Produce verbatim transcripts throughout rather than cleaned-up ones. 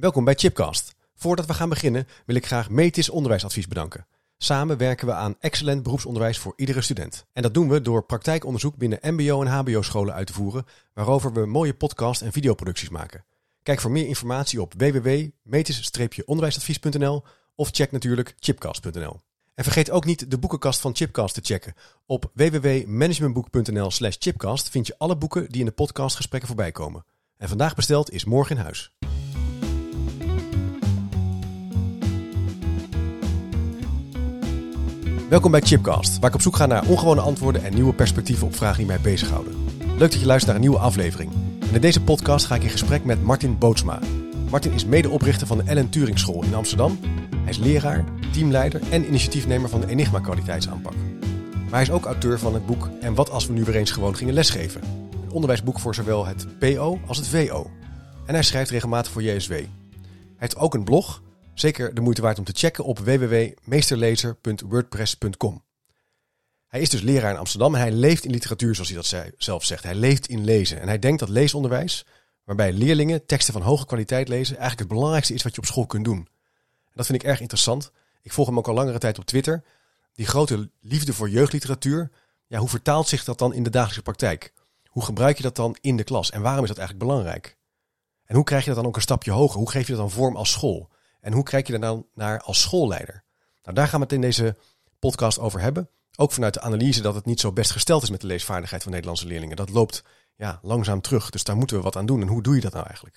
Welkom bij Chipcast. Voordat we gaan beginnen wil ik graag Metis Onderwijsadvies bedanken. Samen werken we aan excellent beroepsonderwijs voor iedere student. En dat doen we door praktijkonderzoek binnen mbo- en hbo-scholen uit te voeren, waarover we mooie podcast- en videoproducties maken. Kijk voor meer informatie op w w w punt metis onderwijsadvies punt n l of check natuurlijk chipcast punt n l. En vergeet ook niet de boekenkast van Chipcast te checken. Op w w w punt managementboek punt n l slash chipcast vind je alle boeken die in de podcastgesprekken voorbij komen. En vandaag besteld is morgen in huis. Welkom bij Chipcast, waar ik op zoek ga naar ongewone antwoorden en nieuwe perspectieven op vragen die mij bezighouden. Leuk dat je luistert naar een nieuwe aflevering. En in deze podcast ga ik in gesprek met Martin Bootsma. Martin is medeoprichter van de Ellen Turing School in Amsterdam. Hij is leraar, teamleider en initiatiefnemer van de Enigma kwaliteitsaanpak. Maar hij is ook auteur van het boek En wat als we nu weer eens gewoon gingen lesgeven. Een onderwijsboek voor zowel het P O als het V O. En hij schrijft regelmatig voor J S W. Hij heeft ook een blog, zeker de moeite waard om te checken, op w w w punt meesterlezer punt wordpress punt com. Hij is dus leraar in Amsterdam en hij leeft in literatuur, zoals hij dat zei, zelf zegt. Hij leeft in lezen en hij denkt dat leesonderwijs, waarbij leerlingen teksten van hoge kwaliteit lezen, eigenlijk het belangrijkste is wat je op school kunt doen. En dat vind ik erg interessant. Ik volg hem ook al langere tijd op Twitter. Die grote liefde voor jeugdliteratuur, ja, hoe vertaalt zich dat dan in de dagelijkse praktijk? Hoe gebruik je dat dan in de klas? En waarom is dat eigenlijk belangrijk? En hoe krijg je dat dan ook een stapje hoger? Hoe geef je dat dan vorm als school? En hoe kijk je daar dan naar als schoolleider? Nou, daar gaan we het in deze podcast over hebben. Ook vanuit de analyse dat het niet zo best gesteld is met de leesvaardigheid van Nederlandse leerlingen. Dat loopt ja, langzaam terug, dus daar moeten we wat aan doen. En hoe doe je dat nou eigenlijk?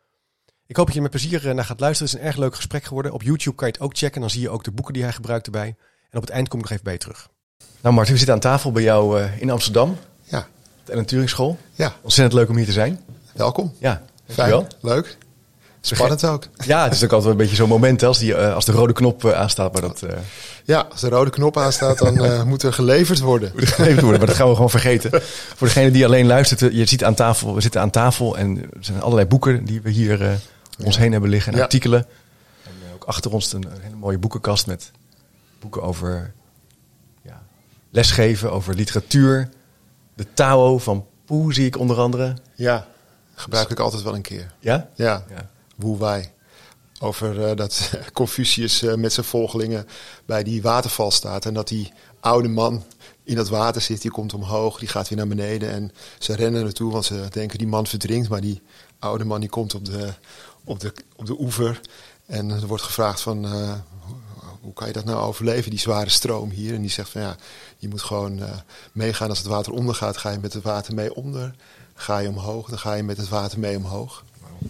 Ik hoop dat je met plezier naar gaat luisteren. Het is een erg leuk gesprek geworden. Op YouTube kan je het ook checken. Dan zie je ook de boeken die hij gebruikt erbij. En op het eind kom ik nog even bij je terug. Nou Martin, we zitten aan tafel bij jou uh, in Amsterdam. Ja. De Ellen Turing School. Ja. Ontzettend leuk om hier te zijn. Welkom. Ja, fijn. Leuk. Spannend ook. Ja, het is ook altijd een beetje zo'n moment hè, als, die, uh, als de rode knop uh, aanstaat. Maar dat, uh... Ja, als de rode knop aanstaat, dan uh, moet er geleverd worden. Moet er geleverd worden, maar dat gaan we gewoon vergeten. Voor degene die alleen luistert, je ziet aan tafel, we zitten aan tafel en er zijn allerlei boeken die we hier uh, om ons ja. heen hebben liggen. En ja. artikelen. En uh, ook achter ons een, een hele mooie boekenkast met boeken over ja, lesgeven, over literatuur. De Tao van Poe zie ik onder andere. Ja, gebruik ik altijd wel een keer. Ja? Ja. ja. Wu Wei. Over uh, dat Confucius uh, met zijn volgelingen bij die waterval staat. En dat die oude man in dat water zit. Die komt omhoog, die gaat weer naar beneden. En ze rennen naartoe, want ze denken die man verdrinkt. Maar die oude man die komt op de, op de, op de oever. En er wordt gevraagd van... Uh, hoe kan je dat nou overleven, die zware stroom hier? En die zegt van ja, je moet gewoon uh, meegaan. Als het water ondergaat, ga je met het water mee onder. Ga je omhoog, dan ga je met het water mee omhoog.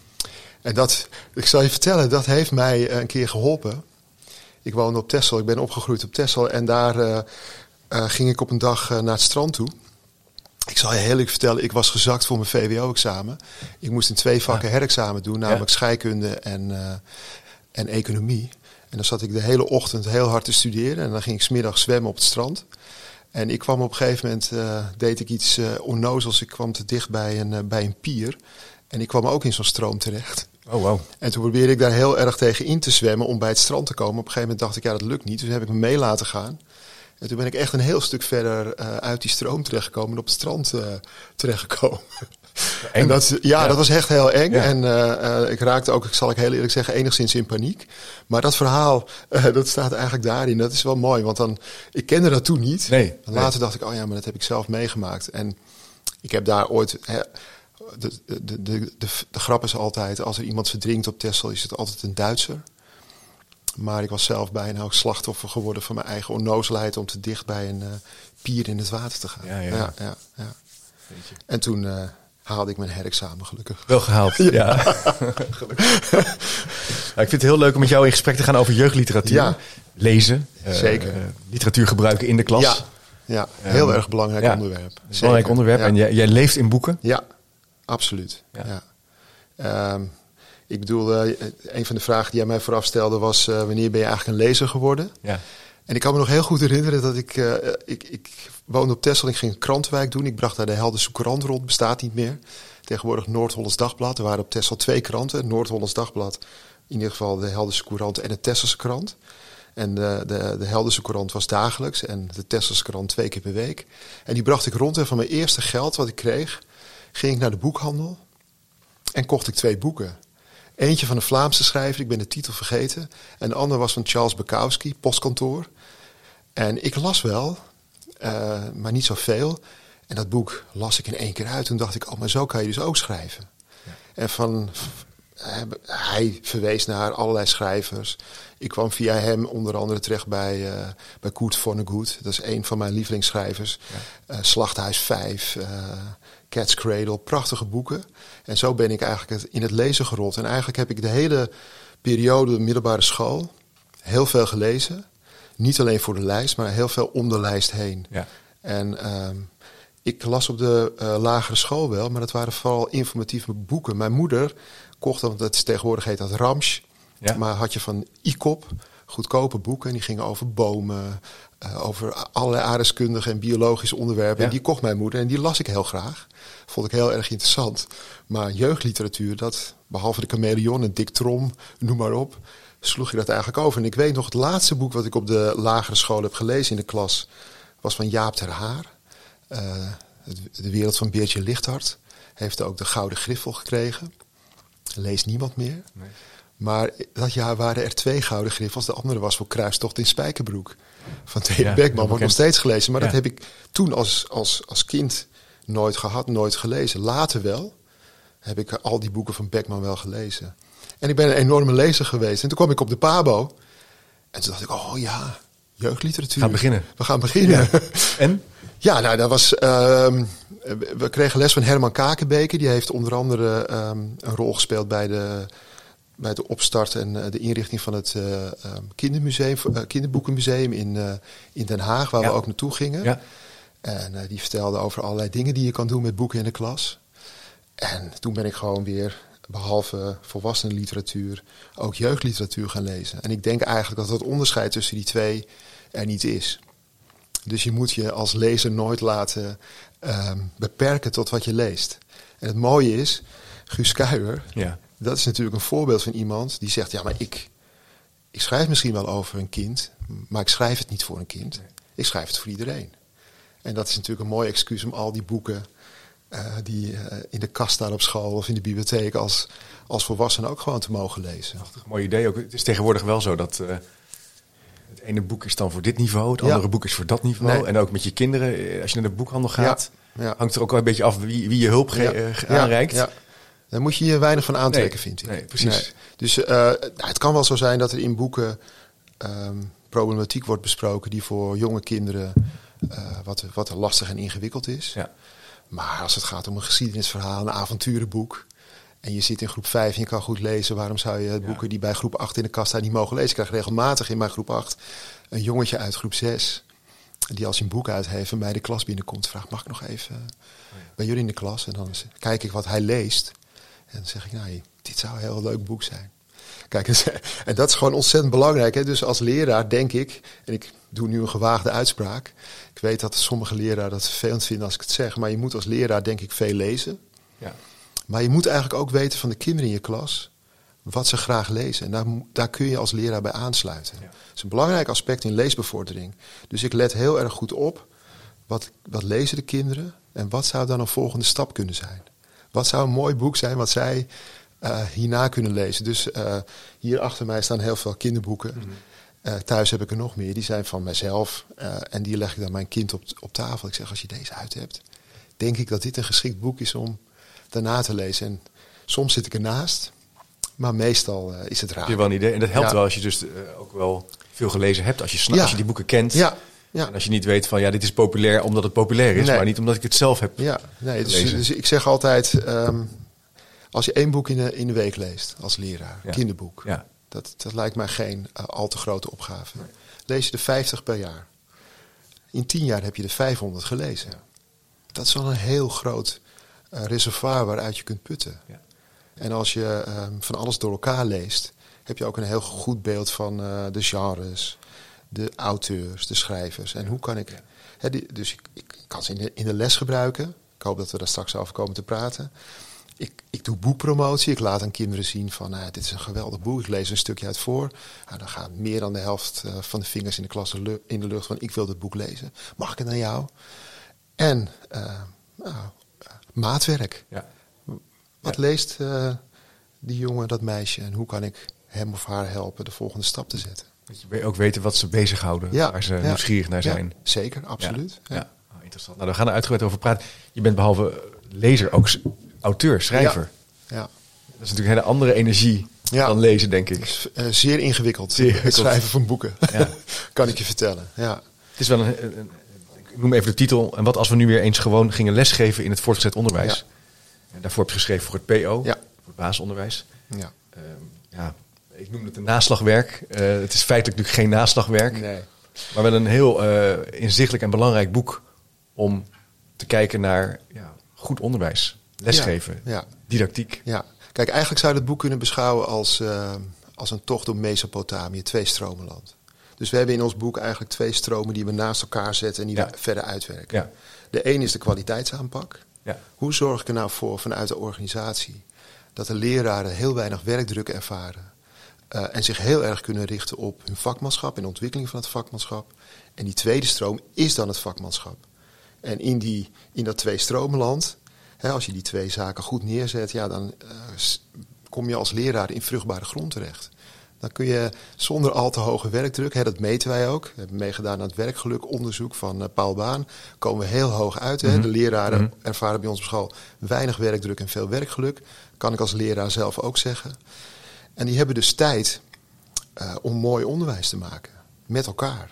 En dat, ik zal je vertellen, dat heeft mij een keer geholpen. Ik woonde op Texel, ik ben opgegroeid op Texel. En daar uh, uh, ging ik op een dag uh, naar het strand toe. Ik zal je heel eerlijk vertellen, ik was gezakt voor mijn V W O-examen. Ik moest in twee vakken ja. herexamen doen, namelijk ja. scheikunde en, uh, en economie. En dan zat ik de hele ochtend heel hard te studeren. En dan ging ik 's middags zwemmen op het strand. En ik kwam op een gegeven moment, uh, deed ik iets uh, onnozels. Ik kwam te dicht bij een, uh, bij een pier. En ik kwam ook in zo'n stroom terecht. Oh, wow. En toen probeerde ik daar heel erg tegen in te zwemmen om bij het strand te komen. Op een gegeven moment dacht ik, ja, dat lukt niet. Dus heb ik me mee laten gaan. En toen ben ik echt een heel stuk verder uh, uit die stroom terechtgekomen en op het strand uh, terechtgekomen. En dat, ja, ja, dat was echt heel eng. Ja. En uh, uh, ik raakte ook, ik zal ik heel eerlijk zeggen, enigszins in paniek. Maar dat verhaal, uh, dat staat eigenlijk daarin. Dat is wel mooi, want dan, ik kende dat toen niet. Nee, en later nee. dacht ik, oh ja, maar dat heb ik zelf meegemaakt. En ik heb daar ooit... Hè, de, de, de, de, de, de grap is altijd, als er iemand verdrinkt op Texel, is het altijd een Duitser. Maar ik was zelf bijna ook slachtoffer geworden van mijn eigen onnozelheid om te dicht bij een uh, pier in het water te gaan. Ja, ja. ja, ja, ja. En toen uh, haalde ik mijn herexamen, gelukkig. Wel gehaald, ja. ja. Gelukkig. Nou, ik vind het heel leuk om met jou in gesprek te gaan over jeugdliteratuur. Ja. Lezen. Zeker. Uh, literatuur gebruiken in de klas. Ja, ja. heel um, erg belangrijk ja. onderwerp. Zeker. Belangrijk onderwerp. Ja. En jij, jij leeft in boeken? Ja, absoluut. Ja. Ja. Um, ik bedoel, uh, een van de vragen die jij mij vooraf stelde was... Uh, wanneer ben je eigenlijk een lezer geworden? Ja. En ik kan me nog heel goed herinneren dat ik... Uh, ik, ik woonde op Texel, ik ging een krantenwijk doen. Ik bracht daar de Helderse Courant rond, bestaat niet meer. Tegenwoordig Noord-Hollands Dagblad. Er waren op Texel twee kranten. Noord-Hollands Dagblad, in ieder geval de Helderse Courant en de Tesselse Krant. En de, de, de Helderse Courant was dagelijks en de Tesselse Krant twee keer per week. En die bracht ik rond en van mijn eerste geld wat ik kreeg... ging ik naar de boekhandel en kocht ik twee boeken... Eentje van een Vlaamse schrijver, ik ben de titel vergeten. En de andere was van Charles Bukowski, Postkantoor. En ik las wel, uh, maar niet zoveel. En dat boek las ik in één keer uit. Toen dacht ik, oh, maar zo kan je dus ook schrijven. Ja. En van, hij verwees naar allerlei schrijvers. Ik kwam via hem onder andere terecht bij, uh, bij Kurt Vonnegut. Dat is een van mijn lievelingsschrijvers. Ja. Uh, Slachthuis vijf, uh, Cat's Cradle, prachtige boeken. En zo ben ik eigenlijk in het lezen gerold. En eigenlijk heb ik de hele periode middelbare school heel veel gelezen. Niet alleen voor de lijst, maar heel veel om de lijst heen. Ja. En uh, ik las op de uh, lagere school wel, maar dat waren vooral informatieve boeken. Mijn moeder kocht, want dat is tegenwoordig heet dat Ramsch. Ja. Maar had je van I C O P, goedkope boeken. En die gingen over bomen, uh, over allerlei aardrijkskundige en biologische onderwerpen. Ja. En die kocht mijn moeder en die las ik heel graag. Vond ik heel erg interessant. Maar jeugdliteratuur, dat behalve de Chameleon en Dick Trom, noem maar op, sloeg ik dat eigenlijk over. En ik weet nog, het laatste boek wat ik op de lagere school heb gelezen in de klas was van Jaap ter Haar. Uh, de wereld van Beertje Lichthart. Heeft ook de Gouden Griffel gekregen. Leest niemand meer. Nee. Maar dat jaar waren er twee Gouden Griffels. De andere was voor Kruistocht in Spijkerbroek. Van Theo ja, Beckman. Wordt nog steeds gelezen. Maar ja. dat heb ik toen als, als, als kind nooit gehad, nooit gelezen. Later wel heb ik al die boeken van Beckman wel gelezen. En ik ben een enorme lezer geweest. En toen kwam ik op de Pabo. En toen dacht ik, oh ja, jeugdliteratuur. We gaan beginnen. We gaan beginnen. Ja. En? Ja, nou, dat was. Uh, we kregen les van Herman Kakenbeker. Die heeft onder andere um, een rol gespeeld bij de, bij de opstart en uh, de inrichting van het uh, um, kindermuseum, uh, kinderboekenmuseum in, uh, in Den Haag, waar ja. we ook naartoe gingen. Ja. En uh, die vertelde over allerlei dingen die je kan doen met boeken in de klas. En toen ben ik gewoon weer, behalve volwassenenliteratuur, ook jeugdliteratuur gaan lezen. En ik denk eigenlijk dat het onderscheid tussen die twee er niet is. Dus je moet je als lezer nooit laten um, beperken tot wat je leest. En het mooie is, Guus Kuijer, ja. dat is natuurlijk een voorbeeld van iemand die zegt, ja, maar ik, ik schrijf misschien wel over een kind, maar ik schrijf het niet voor een kind. Nee. Ik schrijf het voor iedereen. En dat is natuurlijk een mooi excuus om al die boeken uh, die uh, in de kast staan op school of in de bibliotheek als, als volwassenen ook gewoon te mogen lezen. Prachtig, mooi idee ook. Het is tegenwoordig wel zo dat Uh... het ene boek is dan voor dit niveau, het andere ja. boek is voor dat niveau. Nee. En ook met je kinderen, als je naar de boekhandel gaat, ja. Ja. hangt er ook wel een beetje af wie, wie je hulp ge- ja. aanreikt. Ja. Ja. Daar moet je je weinig van aantrekken, nee. vind ik. Nee, precies. Nee. Dus uh, nou, het kan wel zo zijn dat er in boeken um, problematiek wordt besproken die voor jonge kinderen uh, wat, wat lastig en ingewikkeld is. Ja. Maar als het gaat om een geschiedenisverhaal, een avonturenboek, en je zit in groep vijf en je kan goed lezen, waarom zou je het boeken ja. die bij groep acht in de kast staan niet mogen lezen? Ik krijg regelmatig in mijn groep acht een jongetje uit groep zes, die als hij een boek uit heeft en bij de klas binnenkomt, vraagt, mag ik nog even uh, bij jullie in de klas? En dan kijk ik wat hij leest. En dan zeg ik, nou, dit zou een heel leuk boek zijn. Kijk, en dat is gewoon ontzettend belangrijk. Hè? Dus als leraar denk ik, en ik doe nu een gewaagde uitspraak. Ik weet dat sommige leraren dat vervelend vinden als ik het zeg, maar je moet als leraar denk ik veel lezen. Ja. Maar je moet eigenlijk ook weten van de kinderen in je klas wat ze graag lezen. En daar, daar kun je als leraar bij aansluiten. Ja. Dat is een belangrijk aspect in leesbevordering. Dus ik let heel erg goed op, wat, wat lezen de kinderen en wat zou dan een volgende stap kunnen zijn? Wat zou een mooi boek zijn wat zij uh, hierna kunnen lezen? Dus uh, hier achter mij staan heel veel kinderboeken. Mm-hmm. Uh, thuis heb ik er nog meer. Die zijn van mijzelf. Uh, en die leg ik dan mijn kind op, op tafel. Ik zeg, als je deze uit hebt, denk ik dat dit een geschikt boek is om daarna te lezen. En soms zit ik ernaast, maar meestal uh, is het raar. Heb je wel een idee? En dat helpt ja. wel als je dus uh, ook wel veel gelezen hebt. Als je, sna- ja. als je die boeken kent. Ja. Ja. En als je niet weet van, ja, dit is populair omdat het populair is, nee. maar niet omdat ik het zelf heb ja, nee, dus, dus ik zeg altijd, um, als je één boek in de, in de week leest als leraar, ja. kinderboek, ja. Dat, dat lijkt mij geen uh, al te grote opgave. Nee. Lees je er vijftig per jaar. In tien jaar heb je er vijfhonderd gelezen. Ja. Dat is wel een heel groot uh, reservoir waaruit je kunt putten. Ja. En als je um, van alles door elkaar leest, heb je ook een heel goed beeld van uh, de genres, de auteurs, de schrijvers. En hoe kan ik... Ja. Hè, die, dus ik, ik kan ze in de, in de les gebruiken. Ik hoop dat we daar straks over komen te praten. Ik, ik doe boekpromotie. Ik laat aan kinderen zien van, nou, dit is een geweldig boek. Ik lees een stukje uit voor. Nou, dan gaat meer dan de helft uh, van de vingers in de klas in de lucht van, ik wil dit boek lezen. Mag ik het aan jou? En uh, nou, uh, maatwerk. Ja. Wat ja. leest uh, die jongen, dat meisje? En hoe kan ik hem of haar helpen de volgende stap te zetten? Dat je ook weten wat ze bezighouden, ja, waar ze ja, nieuwsgierig naar zijn. Ja, zeker, absoluut. Ja, ja. Ja. Oh, interessant. Nou, we gaan er uitgebreid over praten. Je bent behalve lezer ook auteur, schrijver. Ja. ja. Dat is natuurlijk een hele andere energie ja. dan lezen, denk ik. Is, uh, zeer ingewikkeld, zeer ingewikkeld. Het schrijven van boeken. Ja. Kan ik je vertellen. Ja. Het is wel een, een, een, ik noem even de titel. En wat als we nu weer eens gewoon gingen lesgeven in het voortgezet onderwijs? Ja. En daarvoor heb je geschreven voor het P O, ja. voor het basisonderwijs. Ja. Um, ja, ik noem het een naslagwerk. Uh, het is feitelijk natuurlijk geen naslagwerk. Nee. Maar wel een heel uh, inzichtelijk en belangrijk boek om te kijken naar ja, goed onderwijs. Lesgeven, ja. Ja. didactiek. Ja. Kijk, eigenlijk zou je het boek kunnen beschouwen als, uh, als een tocht door Mesopotamië, twee stromenland. Dus we hebben in ons boek eigenlijk twee stromen die we naast elkaar zetten en die ja. we verder uitwerken. Ja. De een is de kwaliteitsaanpak. Ja. Hoe zorg ik er nou voor vanuit de organisatie dat de leraren heel weinig werkdruk ervaren uh, en zich heel erg kunnen richten op hun vakmanschap en de ontwikkeling van het vakmanschap. En die tweede stroom is dan het vakmanschap. En in, die, in dat twee stromenland, hè, als je die twee zaken goed neerzet, ja, dan uh, kom je als leraar in vruchtbare grond terecht. Dan kun je zonder al te hoge werkdruk, hè, dat meten wij ook. We hebben meegedaan aan het werkgelukonderzoek van uh, Paul Baan. Komen we heel hoog uit. Hè. Mm-hmm. De leraren mm-hmm. ervaren bij ons op school weinig werkdruk en veel werkgeluk. Kan ik als leraar zelf ook zeggen. En die hebben dus tijd uh, om mooi onderwijs te maken. Met elkaar.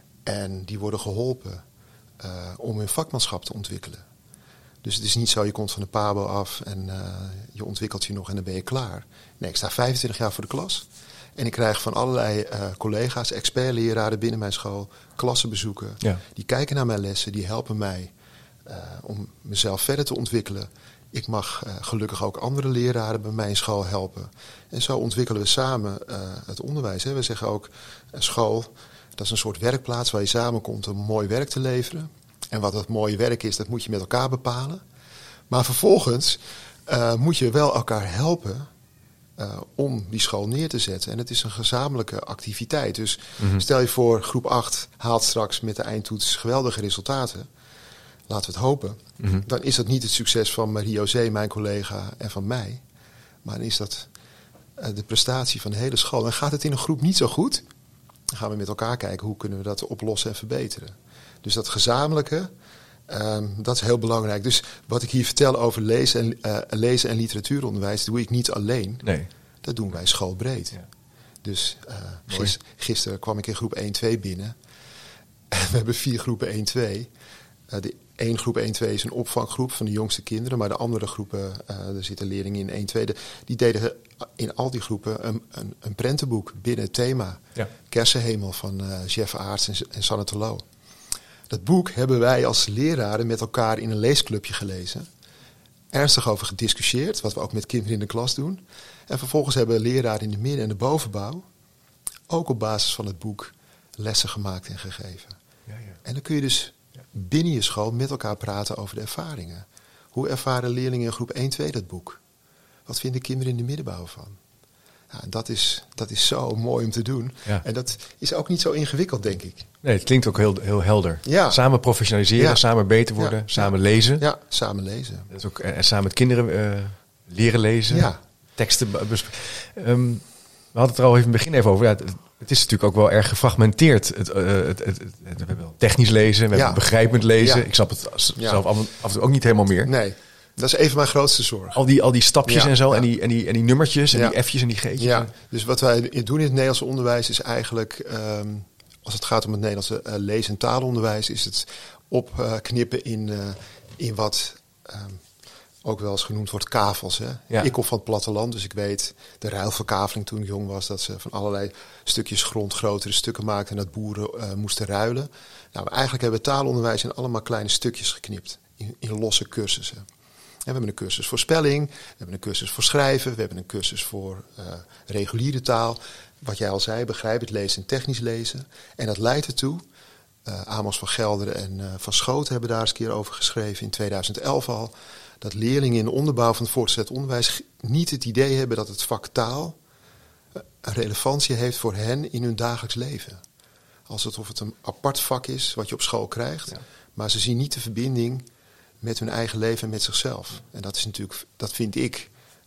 En die worden geholpen uh, om hun vakmanschap te ontwikkelen. Dus het is niet zo, je komt van de P A B O af en uh, je ontwikkelt je nog en dan ben je klaar. Nee, ik sta vijfentwintig jaar voor de klas. En ik krijg van allerlei uh, collega's, expertleraren binnen mijn school, klassenbezoeken. Ja. Die kijken naar mijn lessen, die helpen mij uh, om mezelf verder te ontwikkelen. Ik mag uh, gelukkig ook andere leraren bij mij in school helpen. En zo ontwikkelen we samen uh, het onderwijs. Hè. We zeggen ook, uh, school, dat is een soort werkplaats waar je samenkomt om mooi werk te leveren. En wat dat mooie werk is, dat moet je met elkaar bepalen. Maar vervolgens uh, moet je wel elkaar helpen Uh, om die school neer te zetten. En het is een gezamenlijke activiteit. Dus mm-hmm. stel je voor, groep acht haalt straks met de eindtoets geweldige resultaten. Laten we het hopen. Mm-hmm. Dan is dat niet het succes van Marie-José, mijn collega, en van mij. Maar dan is dat uh, de prestatie van de hele school. En gaat het in een groep niet zo goed, dan gaan we met elkaar kijken hoe kunnen we dat oplossen en verbeteren. Dus dat gezamenlijke, Um, dat is heel belangrijk. Dus wat ik hier vertel over lezen en, uh, lezen en literatuuronderwijs, doe ik niet alleen. Nee. Dat doen wij schoolbreed. Ja. Dus uh, gis, gisteren kwam ik in groep één twee binnen. En we hebben vier groepen één twee. Uh, de één groep één twee is een opvanggroep van de jongste kinderen. Maar de andere groepen, uh, er zitten leerlingen in één twee. De, die deden in al die groepen een, een, een prentenboek binnen het thema. Ja. Kersenhemel van uh, Jeff Aarts en, en Sanne Terlouw. Dat boek hebben wij als leraren met elkaar in een leesclubje gelezen. Ernstig over gediscussieerd, wat we ook met kinderen in de klas doen. En vervolgens hebben leraren in de midden- en de bovenbouw ook op basis van het boek lessen gemaakt en gegeven. Ja, ja. En dan kun je dus binnen je school met elkaar praten over de ervaringen. Hoe ervaren leerlingen in groep één twee dat boek? Wat vinden kinderen in de middenbouw van? Ja, en dat is, dat is zo mooi om te doen. Ja. En dat is ook niet zo ingewikkeld, denk ik. Nee, het klinkt ook heel, heel helder. Ja. Samen professionaliseren, ja. samen beter worden, ja. samen lezen. Ja, samen lezen. Dat is ook, en samen met kinderen uh, leren lezen. Ja. Teksten. Besp- um, we hadden het er al even in het begin even over. Ja, het, het is natuurlijk ook wel erg gefragmenteerd. Het, uh, het, het, het, het, we hebben technisch lezen, we ja. hebben begrijpend lezen. Ja. Ik snap het ja. zelf af en toe ook niet helemaal meer. Nee. Dat is even mijn grootste zorg. Al die, al die stapjes ja, en zo, ja. en, die, en, die, en die nummertjes en ja. die F'jes en die G'tjes. Ja, dus wat wij doen in het Nederlandse onderwijs is eigenlijk, um, als het gaat om het Nederlandse uh, lees- en taalonderwijs, is het opknippen uh, in, uh, in wat um, ook wel eens genoemd wordt kavels. Hè? Ja. Ik kom van het platteland, dus ik weet de ruilverkaveling toen ik jong was, dat ze van allerlei stukjes grond grotere stukken maakten en dat boeren uh, moesten ruilen. Nou, eigenlijk hebben we taalonderwijs in allemaal kleine stukjes geknipt, in, in losse cursussen. We hebben een cursus voor spelling, we hebben een cursus voor schrijven, we hebben een cursus voor uh, reguliere taal. Wat jij al zei, begrijpend lezen en technisch lezen. En dat leidt ertoe, uh, Amos van Gelderen en uh, Van Schoten hebben daar eens een keer over geschreven in tweeduizend elf al, dat leerlingen in de onderbouw van het voortgezet onderwijs niet het idee hebben dat het vak taal uh, een relevantie heeft voor hen in hun dagelijks leven. Alsof het een apart vak is wat je op school krijgt, ja. maar ze zien niet de verbinding met hun eigen leven en met zichzelf. En dat is natuurlijk, dat vind ik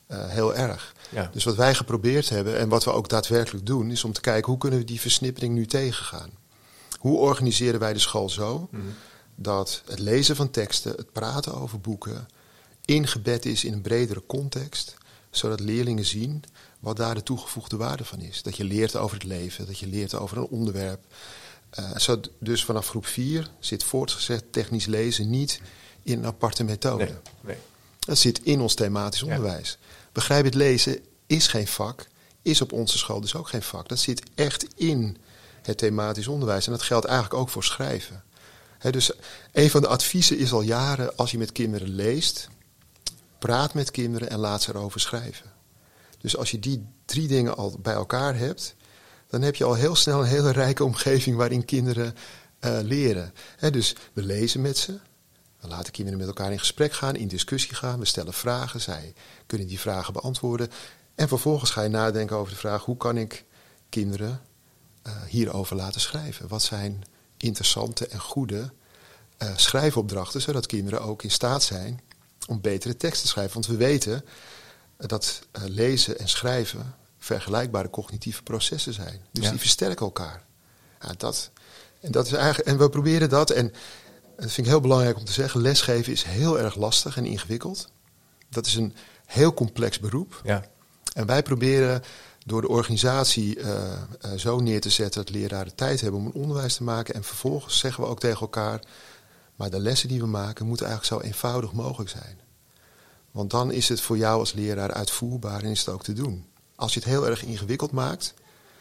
uh, heel erg. Ja. Dus wat wij geprobeerd hebben en wat we ook daadwerkelijk doen, is om te kijken hoe kunnen we die versnippering nu tegengaan. Hoe organiseren wij de school zo mm-hmm. dat het lezen van teksten, het praten over boeken, ingebed is in een bredere context, zodat leerlingen zien wat daar de toegevoegde waarde van is. Dat je leert over het leven, dat je leert over een onderwerp. Uh, zo, dus vanaf groep vier zit voortgezet technisch lezen niet in een aparte methode. Nee, nee. Dat zit in ons thematisch onderwijs. Ja. Begrijp het lezen is geen vak, is op onze school dus ook geen vak. Dat zit echt in het thematisch onderwijs. En dat geldt eigenlijk ook voor schrijven. He, dus een van de adviezen is al jaren, als je met kinderen leest, praat met kinderen en laat ze erover schrijven. Dus als je die drie dingen al bij elkaar hebt, dan heb je al heel snel een hele rijke omgeving waarin kinderen uh, leren. He, dus we lezen met ze. We laten kinderen met elkaar in gesprek gaan, in discussie gaan. We stellen vragen, zij kunnen die vragen beantwoorden. En vervolgens ga je nadenken over de vraag, hoe kan ik kinderen uh, hierover laten schrijven? Wat zijn interessante en goede uh, schrijfopdrachten, zodat kinderen ook in staat zijn om betere teksten te schrijven. Want we weten uh, dat uh, lezen en schrijven vergelijkbare cognitieve processen zijn. Dus ja. die versterken elkaar. Ja, dat, en, dat is eigenlijk, en we proberen dat, en dat vind ik heel belangrijk om te zeggen, lesgeven is heel erg lastig en ingewikkeld. Dat is een heel complex beroep. Ja. En wij proberen door de organisatie uh, uh, zo neer te zetten dat leraren tijd hebben om een onderwijs te maken. En vervolgens zeggen we ook tegen elkaar, maar de lessen die we maken moeten eigenlijk zo eenvoudig mogelijk zijn. Want dan is het voor jou als leraar uitvoerbaar en is het ook te doen. Als je het heel erg ingewikkeld maakt,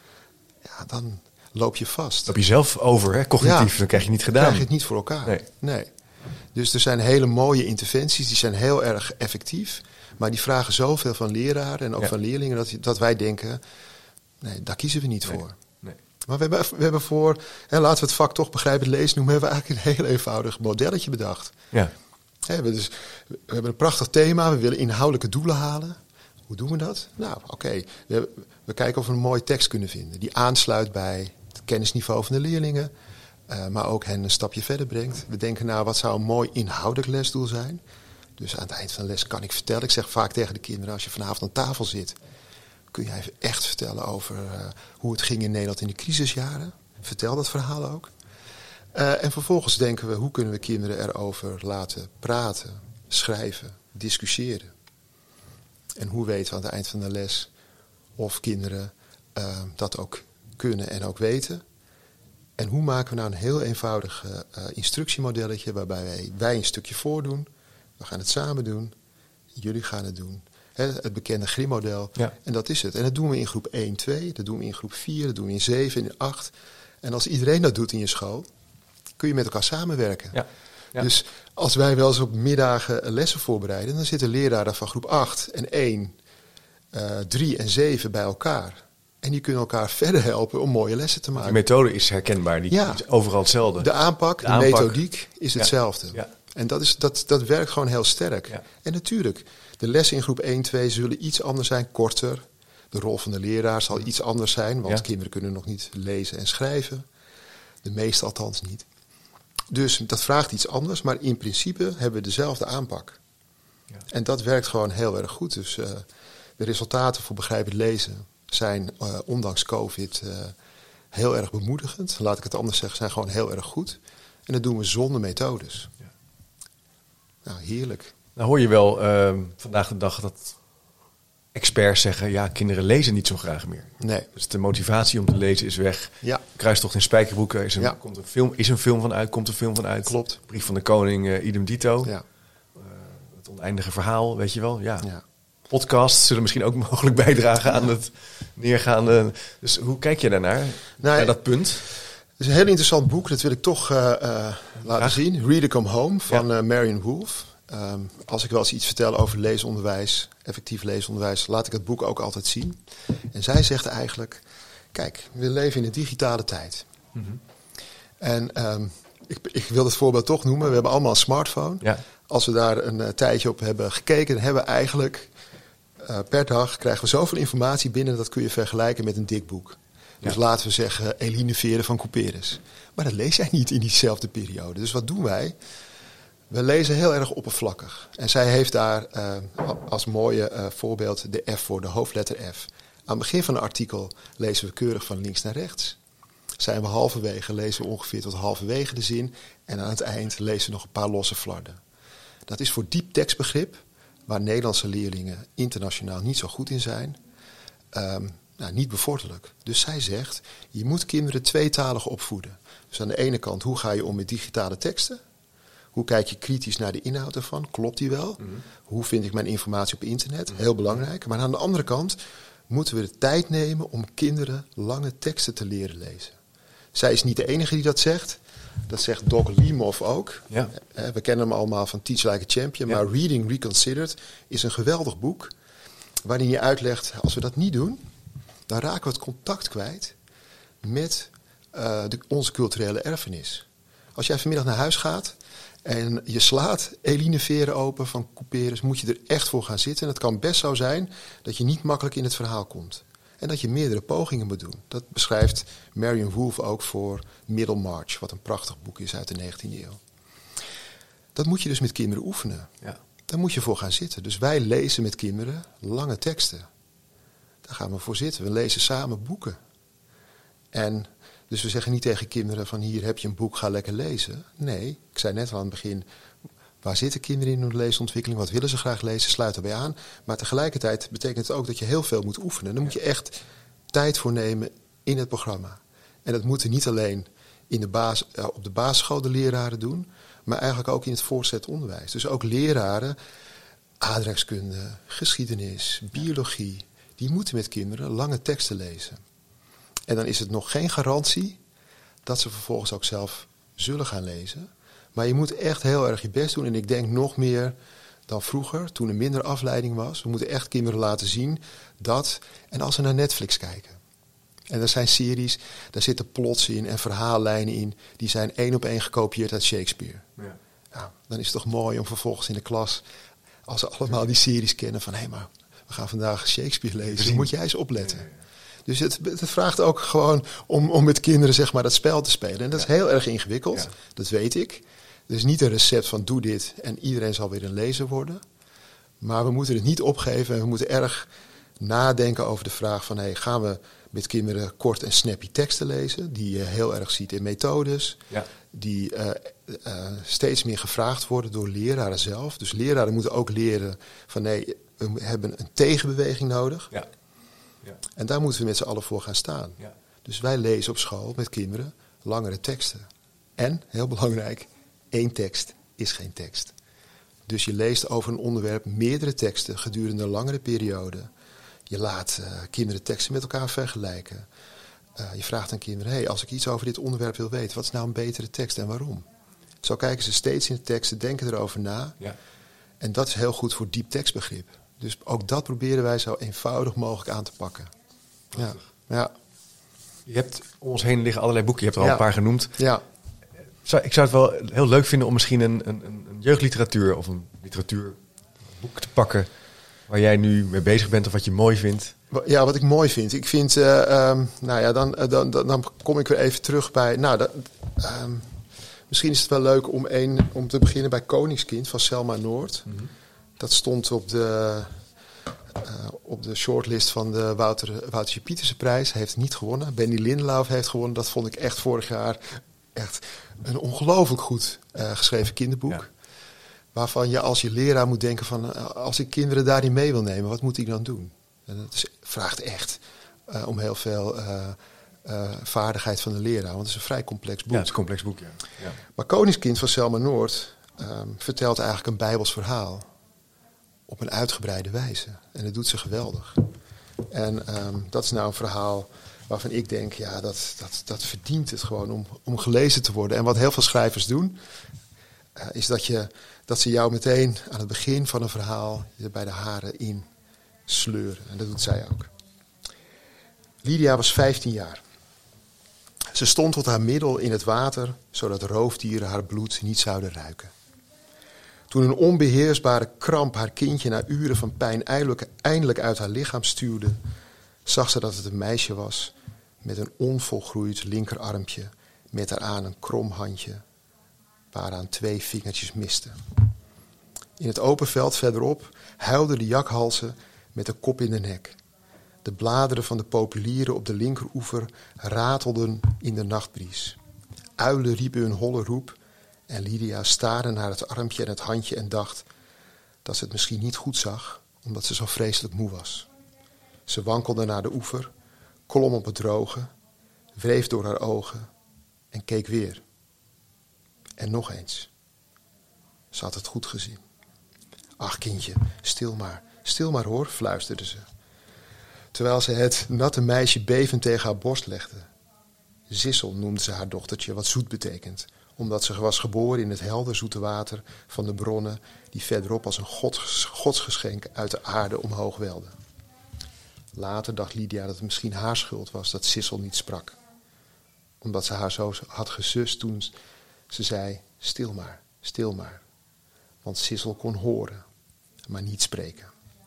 ja, dan loop je vast. Loop je zelf over, hè? Cognitief, ja, dan krijg je niet gedaan. krijg je het niet voor elkaar. Nee. nee. Dus er zijn hele mooie interventies, die zijn heel erg effectief. Maar die vragen zoveel van leraren en ook ja. van leerlingen, dat, dat wij denken, nee, daar kiezen we niet nee. voor. Nee. Maar we hebben, we hebben voor, en laten we het vak toch begrijpend lezen noemen, hebben we eigenlijk een heel eenvoudig modelletje bedacht. Ja. We hebben, dus, we hebben een prachtig thema, we willen inhoudelijke doelen halen. Hoe doen we dat? Nou, oké. Okay. We, we kijken of we een mooie tekst kunnen vinden die aansluit bij het kennisniveau van de leerlingen, uh, maar ook hen een stapje verder brengt. We denken, nou, wat zou een mooi inhoudelijk lesdoel zijn? Dus aan het eind van de les kan ik vertellen. Ik zeg vaak tegen de kinderen, als je vanavond aan tafel zit, kun jij even echt vertellen over uh, hoe het ging in Nederland in de crisisjaren. Vertel dat verhaal ook. Uh, en vervolgens denken we, hoe kunnen we kinderen erover laten praten, schrijven, discussiëren. En hoe weten we aan het eind van de les of kinderen uh, dat ook kunnen en ook weten. En hoe maken we nou een heel eenvoudig uh, instructiemodelletje waarbij wij, wij een stukje voordoen. We gaan het samen doen. Jullie gaan het doen. He, het bekende Grimm-model. Ja. En dat is het. En dat doen we in groep één, twee. Dat doen we in groep vier. Dat doen we in zeven, in acht. En als iedereen dat doet in je school, kun je met elkaar samenwerken. Ja. Ja. Dus als wij wel eens op middagen lessen voorbereiden, dan zitten leraren van groep acht en één, drie en zeven bij elkaar. En die kunnen elkaar verder helpen om mooie lessen te maken. De methode is herkenbaar. Die ja. is overal hetzelfde. De aanpak, de, de aanpak. methodiek is hetzelfde. Ja. Ja. En dat, is, dat, dat werkt gewoon heel sterk. Ja. En natuurlijk, de lessen in groep één, twee zullen iets anders zijn, korter. De rol van de leraar zal iets anders zijn, want ja. kinderen kunnen nog niet lezen en schrijven. De meeste althans niet. Dus dat vraagt iets anders, maar in principe hebben we dezelfde aanpak. Ja. En dat werkt gewoon heel erg goed. Dus uh, de resultaten voor begrijpend lezen zijn, uh, ondanks COVID, uh, heel erg bemoedigend. Laat ik het anders zeggen, zijn gewoon heel erg goed. En dat doen we zonder methodes. Ja. Nou, heerlijk. Nou hoor je wel uh, vandaag de dag dat experts zeggen, ja, kinderen lezen niet zo graag meer. Nee. Dus de motivatie om te lezen is weg. Ja. Kruistocht in Spijkerbroeken, is een, ja. komt een film, is een film van uit, komt een film van uit. Klopt. Brief van de Koning, uh, idem dito. Ja. Uh, het oneindige verhaal, weet je wel. Ja. Ja. Podcasts zullen misschien ook mogelijk bijdragen aan het neergaande. Dus hoe kijk je daarnaar? Nou, naar dat punt? Het is een heel interessant boek, dat wil ik toch uh, uh, laten Graag. zien. Read or Come Home van ja. uh, Marion Wolf. Um, als ik wel eens iets vertel over leesonderwijs, effectief leesonderwijs, laat ik het boek ook altijd zien. En zij zegt eigenlijk, kijk, we leven in een digitale tijd. Mm-hmm. En um, ik, ik wil het voorbeeld toch noemen. We hebben allemaal een smartphone. Ja. Als we daar een uh, tijdje op hebben gekeken, dan hebben we eigenlijk uh, per dag krijgen we zoveel informatie binnen, dat kun je vergelijken met een dik boek. Dus ja. laten we zeggen Eline Vere van Couperus. Maar dat lees jij niet in diezelfde periode. Dus wat doen wij? We lezen heel erg oppervlakkig. En zij heeft daar uh, als mooie uh, voorbeeld de F voor, de hoofdletter F. Aan het begin van een artikel lezen we keurig van links naar rechts. Zijn we halverwege, lezen we ongeveer tot halverwege de zin. En aan het eind lezen we nog een paar losse flarden. Dat is voor diep tekstbegrip, waar Nederlandse leerlingen internationaal niet zo goed in zijn, um, nou, niet bevorderlijk. Dus zij zegt, je moet kinderen tweetalig opvoeden. Dus aan de ene kant, hoe ga je om met digitale teksten? Hoe kijk je kritisch naar de inhoud ervan? Klopt die wel? Mm-hmm. Hoe vind ik mijn informatie op internet? Heel belangrijk. Maar aan de andere kant moeten we de tijd nemen om kinderen lange teksten te leren lezen. Zij is niet de enige die dat zegt. Dat zegt Doc Limov ook. Ja. We kennen hem allemaal van Teach Like a Champion. Ja. Maar Reading Reconsidered is een geweldig boek waarin je uitlegt, als we dat niet doen, dan raken we het contact kwijt met uh, de, onze culturele erfenis. Als jij vanmiddag naar huis gaat en je slaat Eline Veren open van Couperus, moet je er echt voor gaan zitten. En het kan best zo zijn dat je niet makkelijk in het verhaal komt. En dat je meerdere pogingen moet doen. Dat beschrijft Marion Wolf ook voor Middlemarch, wat een prachtig boek is uit de negentiende eeuw. Dat moet je dus met kinderen oefenen. Ja. Daar moet je voor gaan zitten. Dus wij lezen met kinderen lange teksten. Daar gaan we voor zitten. We lezen samen boeken. En dus we zeggen niet tegen kinderen van hier heb je een boek, ga lekker lezen. Nee, ik zei net al aan het begin, waar zitten kinderen in hun leesontwikkeling? Wat willen ze graag lezen? Sluit erbij aan. Maar tegelijkertijd betekent het ook dat je heel veel moet oefenen. Daar moet je echt tijd voor nemen in het programma. En dat moeten niet alleen in de bas, uh, op de basisschool de leraren doen, maar eigenlijk ook in het voortgezet onderwijs. Dus ook leraren, aardrijkskunde, geschiedenis, biologie, die moeten met kinderen lange teksten lezen. En dan is het nog geen garantie dat ze vervolgens ook zelf zullen gaan lezen. Maar je moet echt heel erg je best doen. En ik denk nog meer dan vroeger, toen er minder afleiding was. We moeten echt kinderen laten zien dat. En als ze naar Netflix kijken. En er zijn series, daar zitten plots in en verhaallijnen in. Die zijn één op één gekopieerd uit Shakespeare. Ja. Nou, dan is het toch mooi om vervolgens in de klas, als ze allemaal die series kennen, van hé, hey, maar we gaan vandaag Shakespeare lezen. Dan moet jij eens opletten. Ja, ja, ja. Dus het, het vraagt ook gewoon om, om met kinderen zeg maar dat spel te spelen. En dat is heel erg ingewikkeld, ja. Dat weet ik. Er is niet een recept van doe dit en iedereen zal weer een lezer worden. Maar we moeten het niet opgeven en we moeten erg nadenken over de vraag van hey, gaan we met kinderen kort en snappy teksten lezen, die je heel erg ziet in methodes, ja. die uh, uh, steeds meer gevraagd worden door leraren zelf. Dus leraren moeten ook leren van nee, we hebben een tegenbeweging nodig. Ja. Ja. En daar moeten we met z'n allen voor gaan staan. Ja. Dus wij lezen op school met kinderen langere teksten. En, heel belangrijk, één tekst is geen tekst. Dus je leest over een onderwerp meerdere teksten gedurende een langere periode. Je laat uh, kinderen teksten met elkaar vergelijken. Uh, je vraagt aan kinderen, hey, als ik iets over dit onderwerp wil weten, wat is nou een betere tekst en waarom? Zo kijken ze steeds in de teksten, denken erover na. Ja. En dat is heel goed voor diep tekstbegrip. Dus ook dat proberen wij zo eenvoudig mogelijk aan te pakken. Ja. Ja. Je hebt om ons heen liggen allerlei boeken. Je hebt er al ja. een paar genoemd. Ja. Zou, ik zou het wel heel leuk vinden om misschien een, een, een jeugdliteratuur of een literatuurboek te pakken waar jij nu mee bezig bent of wat je mooi vindt. Ja, wat ik mooi vind. Ik vind, uh, um, nou ja, dan, dan, dan, dan kom ik weer even terug bij. Nou, dat, um, misschien is het wel leuk om, een, om te beginnen bij Koningskind van Selma Noord. Mm-hmm. Dat stond op de, uh, op de shortlist van de Wouter, Woutertje Pieterse prijs. Hij heeft het niet gewonnen. Benny Lindelauf heeft gewonnen. Dat vond ik echt vorig jaar echt een ongelooflijk goed uh, geschreven kinderboek. Ja. Waarvan je als je leraar moet denken van uh, als ik kinderen daarin mee wil nemen, wat moet ik dan doen? En dat is, vraagt echt uh, om heel veel uh, uh, vaardigheid van de leraar. Want het is een vrij complex boek. Ja, het is een complex boek, ja. Ja. Maar Koningskind van Selma Noord um, vertelt eigenlijk een Bijbels verhaal. Op een uitgebreide wijze. En dat doet ze geweldig. En um, dat is nou een verhaal waarvan ik denk, ja, dat, dat, dat verdient het gewoon om, om gelezen te worden. En wat heel veel schrijvers doen, uh, is dat, je, dat ze jou meteen aan het begin van een verhaal er bij de haren in sleuren. En dat doet zij ook. Lydia was vijftien jaar. Ze stond tot haar middel in het water, zodat roofdieren haar bloed niet zouden ruiken. Toen een onbeheersbare kramp haar kindje na uren van pijn eindelijk, eindelijk uit haar lichaam stuwde, zag ze dat het een meisje was met een onvolgroeid linkerarmpje, met daaraan een krom handje waaraan twee vingertjes misten. In het open veld verderop huilden de jakhalzen met de kop in de nek. De bladeren van de populieren op de linkeroever ratelden in de nachtbries. Uilen riepen hun holle roep en Lydia staarde naar het armpje en het handje en dacht dat ze het misschien niet goed zag, omdat ze zo vreselijk moe was. Ze wankelde naar de oever, klom op het droge, wreef door haar ogen en keek weer. En nog eens. Ze had het goed gezien. Ach kindje, stil maar, stil maar hoor, fluisterde ze. Terwijl ze het natte meisje bevend tegen haar borst legde. Zissel noemde ze haar dochtertje, wat zoet betekent, omdat ze was geboren in het helder zoete water van de bronnen die verderop als een gods, godsgeschenk uit de aarde omhoog welden. Later dacht Lydia dat het misschien haar schuld was dat Zissel niet sprak. Omdat ze haar zo had gesust toen ze zei, stil maar, stil maar. Want Zissel kon horen, maar niet spreken.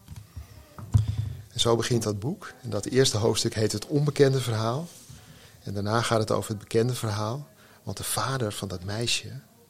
En zo begint dat boek. En dat eerste hoofdstuk heet Het Onbekende Verhaal. En daarna gaat het over het bekende verhaal. Want de vader van dat meisje,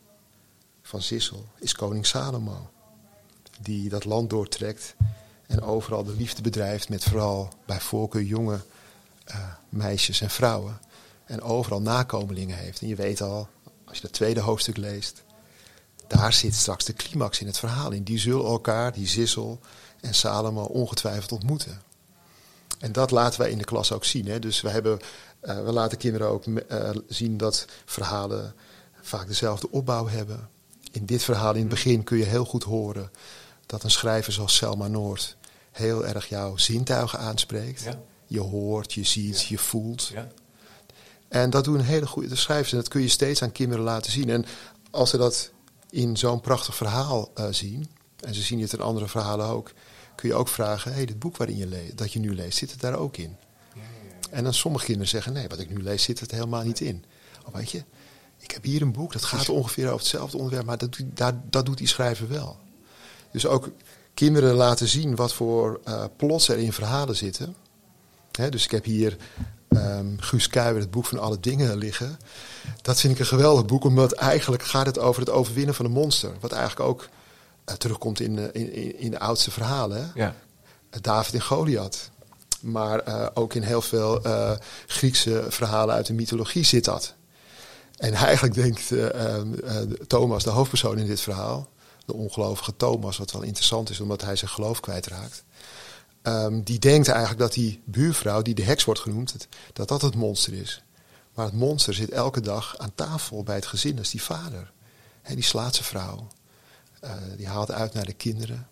van Zissel, is koning Salomo. Die dat land doortrekt en overal de liefde bedrijft met vooral bij voorkeur jonge uh, meisjes en vrouwen. En overal nakomelingen heeft. En je weet al, als je dat tweede hoofdstuk leest, daar zit straks de climax in het verhaal in. Die zullen elkaar, die Zissel en Salomo, ongetwijfeld ontmoeten. En dat laten wij in de klas ook zien. Hè? Dus we, hebben, uh, we laten kinderen ook uh, zien dat verhalen vaak dezelfde opbouw hebben. In dit verhaal in het begin kun je heel goed horen dat een schrijver zoals Selma Noord heel erg jouw zintuigen aanspreekt. Ja. Je hoort, je ziet, ja. je voelt. Ja. En dat doen hele goede schrijvers en dat kun je steeds aan kinderen laten zien. En als ze dat in zo'n prachtig verhaal uh, zien, en ze zien het in andere verhalen ook, kun je ook vragen, hey, dit boek waarin je le- dat je nu leest, zit het daar ook in? Ja, ja, ja. En dan sommige kinderen zeggen, nee, wat ik nu lees zit het helemaal niet in. Oh, weet je, ik heb hier een boek, dat gaat ongeveer over hetzelfde onderwerp, maar dat, dat, dat doet die schrijver wel. Dus ook kinderen laten zien wat voor uh, plots er in verhalen zitten. Hè, dus ik heb hier um, Guus Kuijer, het boek van alle dingen liggen. Dat vind ik een geweldig boek, omdat eigenlijk gaat het over het overwinnen van een monster. Wat eigenlijk ook uh, terugkomt in, uh, in, in de oudste verhalen. Hè? Ja. Uh, David en Goliath. Maar uh, ook in heel veel uh, Griekse verhalen uit de mythologie zit dat. En eigenlijk denkt uh, uh, Thomas, de hoofdpersoon in dit verhaal, de ongelovige Thomas, wat wel interessant is omdat hij zijn geloof kwijtraakt. Um, die denkt eigenlijk dat die buurvrouw, die de heks wordt genoemd, het, dat dat het monster is. Maar het monster zit elke dag aan tafel bij het gezin, dat is die vader. He, die slaat zijn vrouw. Uh, die haalt uit naar de kinderen.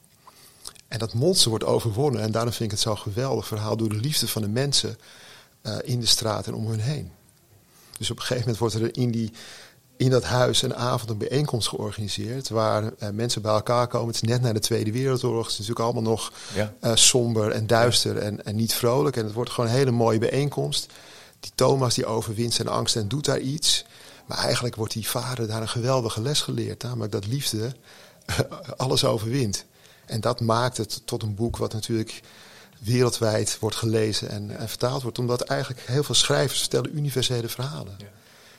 En dat monster wordt overwonnen. En daarom vind ik het zo'n geweldig verhaal door de liefde van de mensen uh, in de straat en om hun heen. Dus op een gegeven moment wordt er in, die, in dat huis een avond een bijeenkomst georganiseerd, waar uh, mensen bij elkaar komen. Het is net na de Tweede Wereldoorlog. Het is natuurlijk allemaal nog ja. uh, somber en duister ja. en, en niet vrolijk. En het wordt gewoon een hele mooie bijeenkomst. Die Thomas die overwint zijn angst en doet daar iets. Maar eigenlijk wordt die vader daar een geweldige les geleerd. Namelijk dat liefde alles overwint. En dat maakt het tot een boek wat natuurlijk wereldwijd wordt gelezen en, en vertaald wordt. Omdat eigenlijk heel veel schrijvers vertellen universele verhalen. Ja.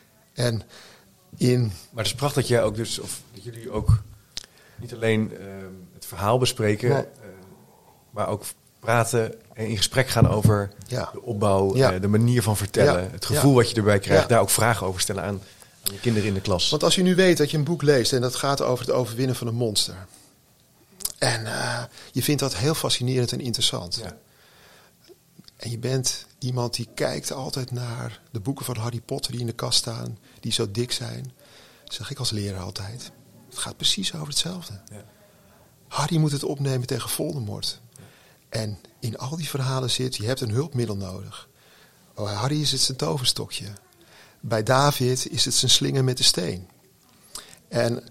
En in... Maar het is prachtig dat jij ook dus, of dat jullie ook niet alleen uh, het verhaal bespreken, nee. uh, maar ook praten en in gesprek gaan over ja. de opbouw, ja. uh, de manier van vertellen, ja. het gevoel ja. wat je erbij krijgt, ja. daar ook vragen over stellen aan, aan je kinderen in de klas. Want als je nu weet dat je een boek leest en dat gaat over het overwinnen van een monster. En uh, je vindt dat heel fascinerend en interessant. Ja. En je bent iemand die kijkt altijd naar de boeken van Harry Potter die in de kast staan, die zo dik zijn. Dat zeg ik als leraar altijd. Het gaat precies over hetzelfde. Ja. Harry moet het opnemen tegen Voldemort. Ja. En in al die verhalen zit, je hebt een hulpmiddel nodig. Bij Harry is het zijn toverstokje. Bij David is het zijn slinger met de steen. En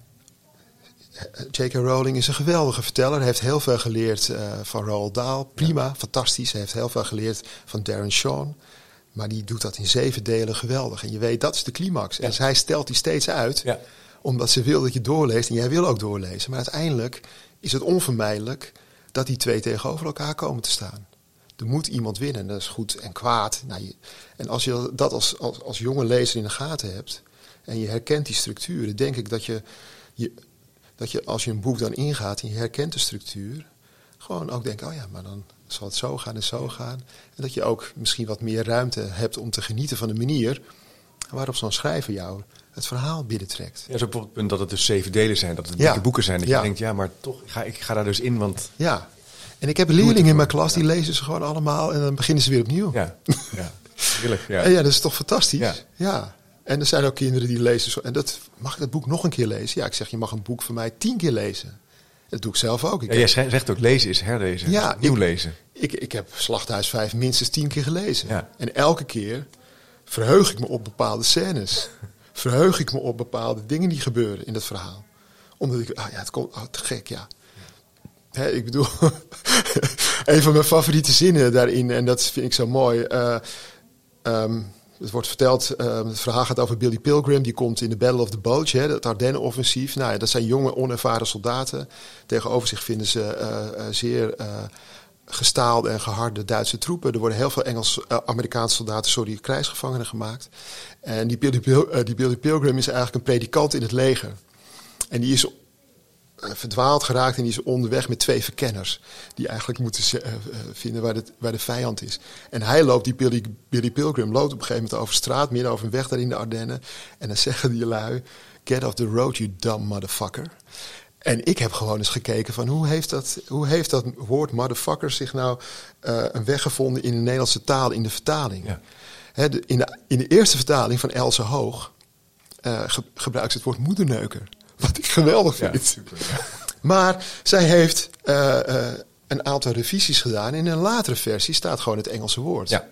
J K. Rowling is een geweldige verteller. Hij heeft heel veel geleerd uh, van Roald Dahl. Prima, ja. fantastisch. Hij heeft heel veel geleerd van Darren Shawn. Maar die doet dat in zeven delen geweldig. En je weet, dat is de climax. Ja. En hij stelt die steeds uit. Ja. Omdat ze wil dat je doorleest. En jij wil ook doorlezen. Maar uiteindelijk is het onvermijdelijk dat die twee tegenover elkaar komen te staan. Er moet iemand winnen. Dat is goed en kwaad. Nou, je, en als je dat als, als, als jonge lezer in de gaten hebt, en je herkent die structuren, denk ik dat je, je, dat je als je een boek dan ingaat en je herkent de structuur, gewoon ook denkt, oh ja, maar dan zal het zo gaan en zo gaan. En dat je ook misschien wat meer ruimte hebt om te genieten van de manier waarop zo'n schrijver jou het verhaal binnentrekt. Ja, zo bijvoorbeeld het punt dat het dus zeven delen zijn, dat het dikke ja. boeken zijn. Dat ja. je denkt, ja, maar toch, ik ga, ik ga daar dus in, want... Ja, en ik heb leerlingen in mijn klas, die ja. lezen ze gewoon allemaal en dan beginnen ze weer opnieuw. Ja, ja. Heerlijk. Ja. En ja, dat is toch fantastisch? Ja. ja. En er zijn ook kinderen die lezen zo. En dat, mag ik dat boek nog een keer lezen? Ja, ik zeg, je mag een boek van mij tien keer lezen. Dat doe ik zelf ook. Ik ja, heb, jij zegt ook, lezen is herlezen. Ja, is nieuw ik, lezen. Ik, ik heb Slachthuis vijf minstens tien keer gelezen. Ja. En elke keer verheug ik me op bepaalde scènes. verheug ik me op bepaalde dingen die gebeuren in dat verhaal. Omdat ik, ah ja, het komt, oh, te gek, ja. Hè, ik bedoel, een van mijn favoriete zinnen daarin, en dat vind ik zo mooi. Uh, um, het wordt verteld, uh, het verhaal gaat over Billy Pilgrim, die komt in de Battle of the Bulge, hè, het Ardennen-offensief. Nou ja, dat zijn jonge, onervaren soldaten. Tegenover zich vinden ze uh, uh, zeer uh, gestaalde en geharde Duitse troepen. Er worden heel veel Engels, uh, Amerikaanse soldaten, sorry, krijgsgevangenen gemaakt. En die Billy, Pil- uh, die Billy Pilgrim is eigenlijk een predikant in het leger. En die is verdwaald geraakt en die is onderweg met twee verkenners. Die eigenlijk moeten uh, vinden waar de, waar de vijand is. En hij loopt, die Billy, Billy Pilgrim, loopt op een gegeven moment over straat, midden over een weg daar in de Ardennen. En dan zeggen die lui, get off the road, you dumb motherfucker. En ik heb gewoon eens gekeken van hoe heeft dat, hoe heeft dat woord motherfucker zich nou uh, een weg gevonden in de Nederlandse taal, in de vertaling. Ja. He, de, in, de, in de eerste vertaling van Else Hoog uh, ge, gebruikt ze het woord moederneuker. Wat ik geweldig vind. Ja, super, ja. Maar zij heeft uh, uh, een aantal revisies gedaan. In een latere versie staat gewoon het Engelse woord. Ja.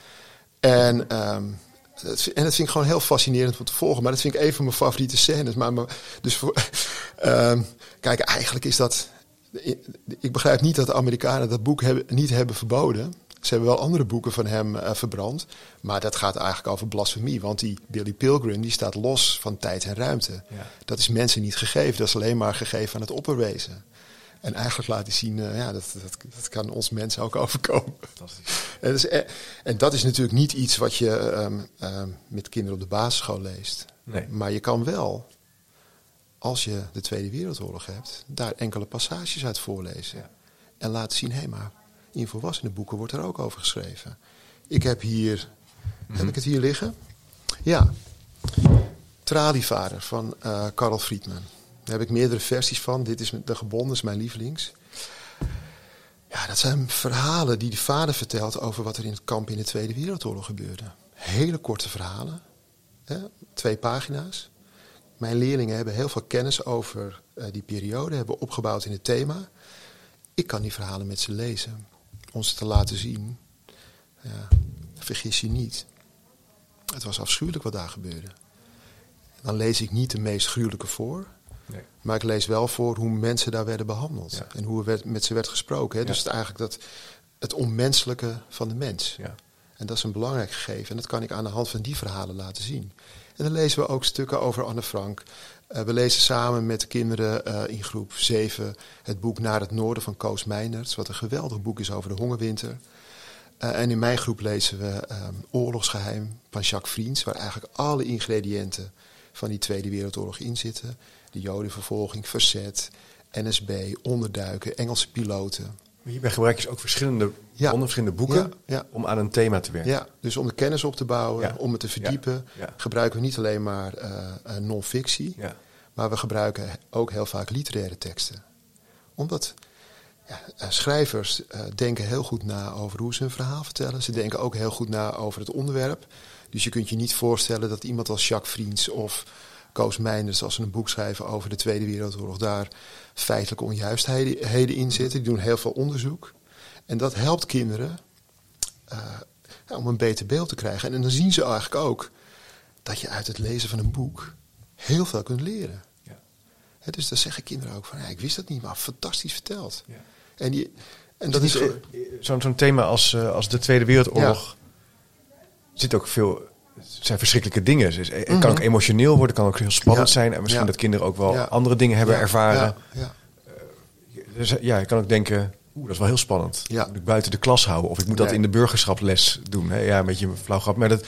En, um, dat, en dat vind ik gewoon heel fascinerend om te volgen. Maar dat vind ik een van mijn favoriete scènes. Maar, maar, dus voor, uh, kijk, eigenlijk is dat... Ik begrijp niet dat de Amerikanen dat boek hebben, niet hebben verboden. Ze hebben wel andere boeken van hem uh, verbrand. Maar dat gaat eigenlijk over blasfemie. Want die Billy Pilgrim die staat los van tijd en ruimte. Ja. Dat is mensen niet gegeven. Dat is alleen maar gegeven aan het opperwezen. En eigenlijk laat hij zien, uh, ja, dat, dat, dat kan ons mensen ook overkomen. En, dus, en dat is natuurlijk niet iets wat je um, um, met kinderen op de basisschool leest. Nee. Maar je kan wel, als je de Tweede Wereldoorlog hebt, daar enkele passages uit voorlezen. Ja. En laten zien, hé hey, maar... in volwassenenboeken wordt er ook over geschreven. Ik heb hier... Mm-hmm. Heb ik het hier liggen? Ja. Tralievader van uh, Karl Friedman. Daar heb ik meerdere versies van. Dit is de gebonden, is mijn lievelings. Ja, dat zijn verhalen die de vader vertelt over wat er in het kamp in de Tweede Wereldoorlog gebeurde. Hele korte verhalen. Hè? Twee pagina's. Mijn leerlingen hebben heel veel kennis over uh, die periode. Hebben opgebouwd in het thema. Ik kan die verhalen met ze lezen. Om ze te laten zien. Ja, vergis je niet. Het was afschuwelijk wat daar gebeurde. Dan lees ik niet de meest gruwelijke voor. Nee. Maar ik lees wel voor hoe mensen daar werden behandeld. Ja. En hoe er werd, met ze werd gesproken. Hè? Ja. Dus het eigenlijk dat, het onmenselijke van de mens. Ja. En dat is een belangrijk gegeven. En dat kan ik aan de hand van die verhalen laten zien. En dan lezen we ook stukken over Anne Frank. Uh, we lezen samen met de kinderen uh, in groep zeven het boek Naar het Noorden van Koos Meinerts. Wat een geweldig boek is over de hongerwinter. Uh, en in mijn groep lezen we um, Oorlogsgeheim van Jacques Friens. Waar eigenlijk alle ingrediënten van die Tweede Wereldoorlog in zitten. De Jodenvervolging, verzet, N S B, onderduiken, Engelse piloten. Hierbij gebruik je ook verschillende, ja. verschillende boeken ja, ja. om aan een thema te werken. Ja, dus om de kennis op te bouwen, ja. om het te verdiepen, ja. Ja. gebruiken we niet alleen maar uh, non-fictie, ja. maar we gebruiken ook heel vaak literaire teksten. Omdat ja, uh, schrijvers uh, denken heel goed na over hoe ze een verhaal vertellen. Ze denken ook heel goed na over het onderwerp. Dus je kunt je niet voorstellen dat iemand als Jacques Friens of Koos Meinerts, als ze een boek schrijven over de Tweede Wereldoorlog, daar feitelijke onjuistheden in zitten. Die doen heel veel onderzoek. En dat helpt kinderen uh, ja, om een beter beeld te krijgen. En dan zien ze eigenlijk ook dat je uit het lezen van een boek heel veel kunt leren. Ja. He, dus dan zeggen kinderen ook van, ja, ik wist dat niet, maar fantastisch verteld. Ja. En, die, en dat is, is zo'n, zo'n thema als, uh, als de Tweede Wereldoorlog. Ja. Zit ook veel. Het zijn verschrikkelijke dingen. Dus het mm-hmm. kan ook emotioneel worden, kan ook heel spannend ja. zijn. En misschien ja. dat kinderen ook wel ja. andere dingen hebben ja. ervaren. Ja. Ja. Uh, dus ja, je kan ook denken, oeh, dat is wel heel spannend. Ja. Moet ik buiten de klas houden? Of ik moet dat nee. in de burgerschaples doen? Hè? Ja, een beetje een flauw grap. Maar dat,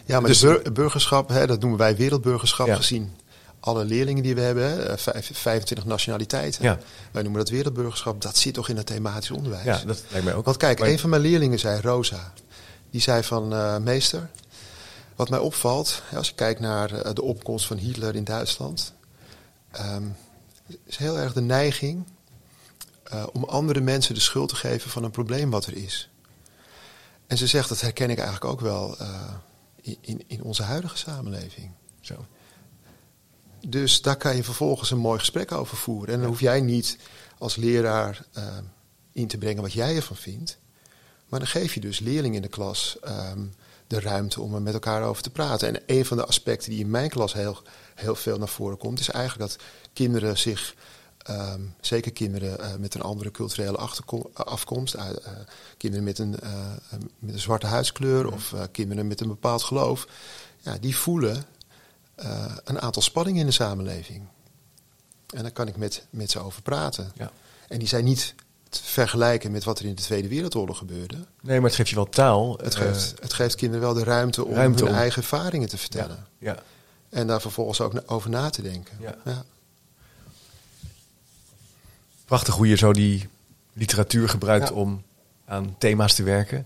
Ja, maar dus, de bur- burgerschap, hè, dat noemen wij wereldburgerschap ja. gezien. Alle leerlingen die we hebben, hè, vijfentwintig nationaliteiten. Ja. Wij noemen dat wereldburgerschap. Dat zit toch in het thematisch onderwijs. Ja, dat lijkt mij ook. Want kijk, maar... een van mijn leerlingen zei, Rosa, die zei van, uh, meester, wat mij opvalt, als je kijkt naar uh, de opkomst van Hitler in Duitsland, um, is heel erg de neiging uh, om andere mensen de schuld te geven van een probleem wat er is. En ze zegt, dat herken ik eigenlijk ook wel uh, in, in onze huidige samenleving. Zo. Dus daar kan je vervolgens een mooi gesprek over voeren. En dan hoef jij niet als leraar uh, in te brengen wat jij ervan vindt. Maar dan geef je dus leerlingen in de klas um, de ruimte om er met elkaar over te praten. En een van de aspecten die in mijn klas heel, heel veel naar voren komt, is eigenlijk dat kinderen zich, um, zeker kinderen uh, met een andere culturele achterkom- afkomst, uh, uh, kinderen met een, uh, met een zwarte huidskleur mm. of uh, kinderen met een bepaald geloof, ja, die voelen uh, een aantal spanningen in de samenleving. En daar kan ik met, met ze over praten. Ja. En die zijn niet te vergelijken met wat er in de Tweede Wereldoorlog gebeurde. Nee, maar het geeft je wel taal. Het geeft, uh, het geeft kinderen wel de ruimte om ruimte hun om... eigen ervaringen te vertellen. Ja, ja. En daar vervolgens ook na- over na te denken. Ja. Ja. Prachtig hoe je zo die literatuur gebruikt ja. om aan thema's te werken.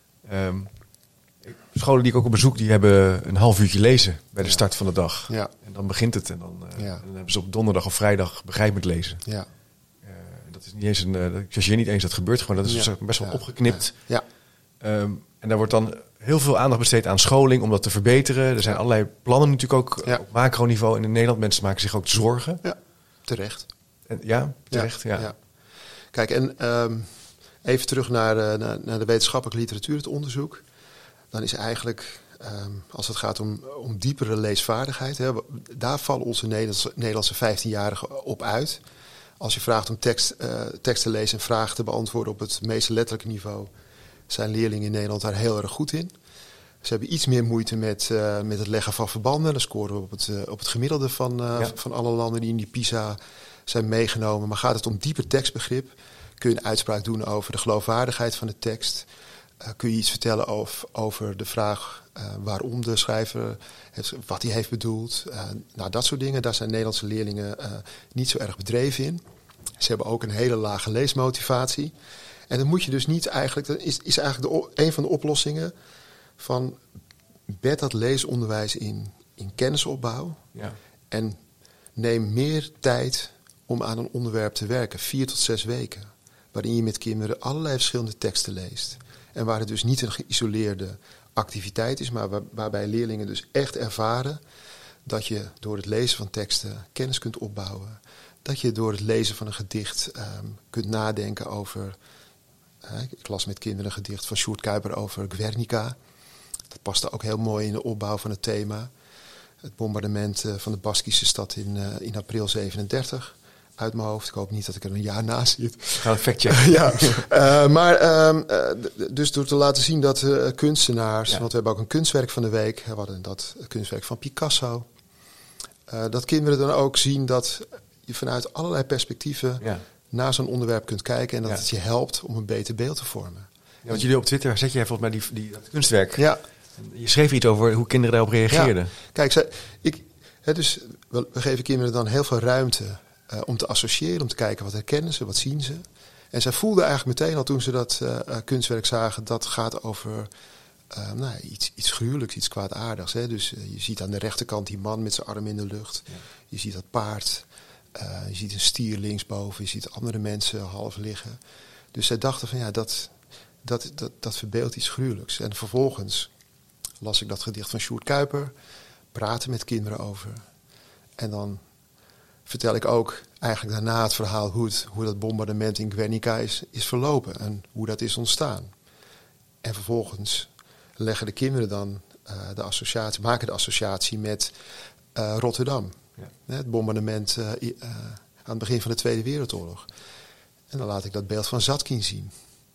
Um, scholen die ik ook op bezoek, die hebben een half uurtje lezen bij de ja. start van de dag. Ja. En dan begint het en dan, uh, ja. en dan hebben ze op donderdag of vrijdag begrijpend lezen. Ja. Uh, dat is niet eens een, uh, ik chargeer niet eens, dat gebeurt gewoon. Dat is ja. best wel ja. opgeknipt. Ja. Ja. Um, en daar wordt dan heel veel aandacht besteed aan scholing om dat te verbeteren. Er zijn ja. allerlei plannen natuurlijk ook ja. op macroniveau. En in Nederland mensen maken zich ook zorgen. Ja, terecht. En, ja, terecht, ja. ja. ja. Kijk, en um, even terug naar, uh, naar, naar de wetenschappelijke literatuur, het onderzoek. Dan is eigenlijk, um, als het gaat om, om diepere leesvaardigheid, hè, daar vallen onze Nederlandse, Nederlandse vijftienjarigen op uit. Als je vraagt om tekst, uh, tekst te lezen en vragen te beantwoorden op het meest letterlijke niveau, zijn leerlingen in Nederland daar heel erg goed in. Ze hebben iets meer moeite met, uh, met het leggen van verbanden. Dan scoren we op het, uh, op het gemiddelde van, uh, ja. van alle landen die in die PISA zijn meegenomen. Maar gaat het om dieper tekstbegrip, kun je een uitspraak doen over de geloofwaardigheid van de tekst. Uh, kun je iets vertellen over, over de vraag uh, waarom de schrijver, het, wat hij heeft bedoeld. Uh, nou, dat soort dingen, daar zijn Nederlandse leerlingen uh, niet zo erg bedreven in. Ze hebben ook een hele lage leesmotivatie. En dan moet je dus niet eigenlijk, dat is, is eigenlijk de, een van de oplossingen van bed dat leesonderwijs in, in kennisopbouw. Ja. En neem meer tijd om aan een onderwerp te werken, vier tot zes weken. Waarin je met kinderen allerlei verschillende teksten leest. En waar het dus niet een geïsoleerde activiteit is, maar waar, waarbij leerlingen dus echt ervaren dat je door het lezen van teksten kennis kunt opbouwen. Dat je door het lezen van een gedicht um, kunt nadenken over... Uh, ik las met kinderen een gedicht van Sjoerd Kuiper over Guernica. Dat paste ook heel mooi in de opbouw van het thema. Het bombardement uh, van de Baskische stad in, uh, in april zevenendertig. Uit mijn hoofd. Ik hoop niet dat ik er een jaar naast zit. Ga een factchecken. ja, uh, maar um, uh, dus door te laten zien dat uh, kunstenaars... Ja. Want we hebben ook een kunstwerk van de week. We hadden dat kunstwerk van Picasso. Uh, dat kinderen dan ook zien dat je vanuit allerlei perspectieven... Ja. naar zo'n onderwerp kunt kijken... en dat ja. het je helpt om een beter beeld te vormen. Ja, want jullie op Twitter zet je volgens mij die, die, dat kunstwerk. Ja. Je schreef iets over hoe kinderen daarop reageerden. Ja. Kijk, zij, ik, hè, dus we, we geven kinderen dan heel veel ruimte... Uh, om te associëren, om te kijken wat herkennen ze, wat zien ze. En zij voelden eigenlijk meteen al toen ze dat uh, kunstwerk zagen... dat gaat over uh, nou, iets, iets gruwelijks, iets kwaadaardigs. Hè? Dus uh, je ziet aan de rechterkant die man met zijn arm in de lucht. Ja. Je ziet dat paard. Uh, je ziet een stier linksboven. Je ziet andere mensen half liggen. Dus zij dachten van ja, dat, dat, dat, dat verbeeldt iets gruwelijks. En vervolgens las ik dat gedicht van Sjoerd Kuiper. Praten met kinderen over. En dan... vertel ik ook eigenlijk daarna het verhaal hoe, het, hoe dat bombardement in Guernica is, is verlopen en hoe dat is ontstaan. En vervolgens leggen de kinderen dan uh, de associatie, maken de associatie met uh, Rotterdam. Ja. Het bombardement uh, uh, aan het begin van de Tweede Wereldoorlog. En dan laat ik dat beeld van Zatkin zien.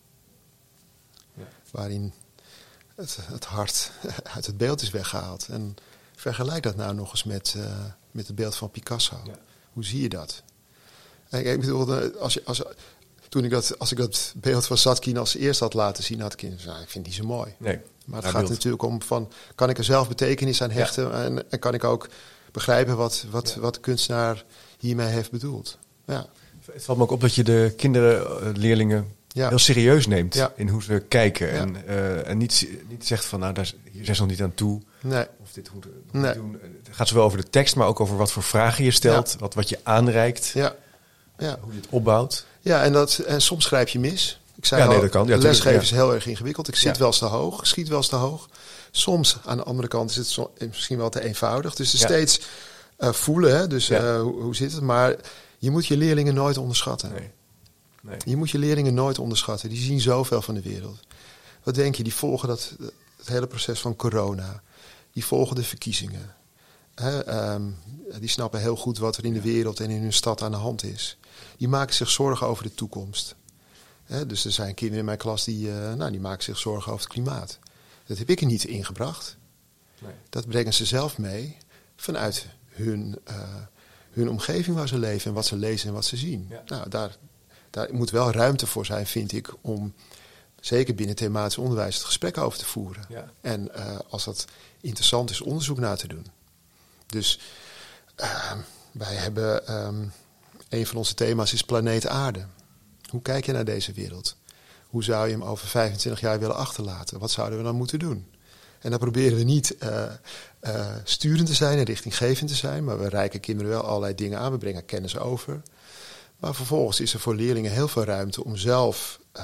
Ja. Waarin het, het hart uit het beeld is weggehaald. En vergelijk dat nou nog eens met, uh, met het beeld van Picasso. Ja. Hoe zie je dat? Ik bedoel, als je, als, toen ik dat, als ik dat beeld van Zatkin als eerste had laten zien, had ik in, nou, ik vind die zo mooi. Nee, maar het gaat beeld. natuurlijk om van, kan ik er zelf betekenis aan hechten ja. en, en kan ik ook begrijpen wat, wat, ja. wat de kunstenaar hiermee heeft bedoeld. Ja. Het valt me ook op dat je de kinderen, leerlingen ja. heel serieus neemt ja. in hoe ze kijken. Ja. En, uh, en niet, niet zegt van, nou, daar, hier zijn ze nog niet aan toe. Nee. Of dit moet nog nee. doen. Het gaat zowel over de tekst, maar ook over wat voor vragen je stelt. Ja. Wat, wat je aanreikt. Ja. Ja. Hoe je het opbouwt. Ja, en, dat, en soms grijp je mis. Ik zei ja, nee, al, dat kan. Ja, lesgeven ja. is heel erg ingewikkeld. Ik zit ja. wel eens te hoog, ik schiet wel eens te hoog. Soms, aan de andere kant, is het zo, misschien wel te eenvoudig. Dus er ja. steeds uh, voelen, hè? Dus ja. uh, hoe, hoe zit het? Maar je moet je leerlingen nooit onderschatten. Nee. Nee. Je moet je leerlingen nooit onderschatten. Die zien zoveel van de wereld. Wat denk je? Die volgen dat, het hele proces van corona. Die volgen de verkiezingen. He, um, die snappen heel goed wat er in de wereld en in hun stad aan de hand is. Die maken zich zorgen over de toekomst. He, dus er zijn kinderen in mijn klas die, uh, nou, die maken zich zorgen over het klimaat. Dat heb ik er niet ingebracht. Nee. Dat brengen ze zelf mee vanuit hun, uh, hun omgeving waar ze leven en wat ze lezen en wat ze zien. Ja. Nou, daar, daar moet wel ruimte voor zijn, vind ik, om zeker binnen thematisch onderwijs het gesprek over te voeren. Ja. En uh, als dat interessant is, onderzoek naar te doen. Dus uh, wij hebben, um, een van onze thema's is planeet Aarde. Hoe kijk je naar deze wereld? Hoe zou je hem over vijfentwintig jaar willen achterlaten? Wat zouden we dan moeten doen? En dan proberen we niet uh, uh, sturend te zijn en richtinggevend te zijn, maar we reiken kinderen wel allerlei dingen aan. We brengen kennis over. Maar vervolgens is er voor leerlingen heel veel ruimte om zelf uh,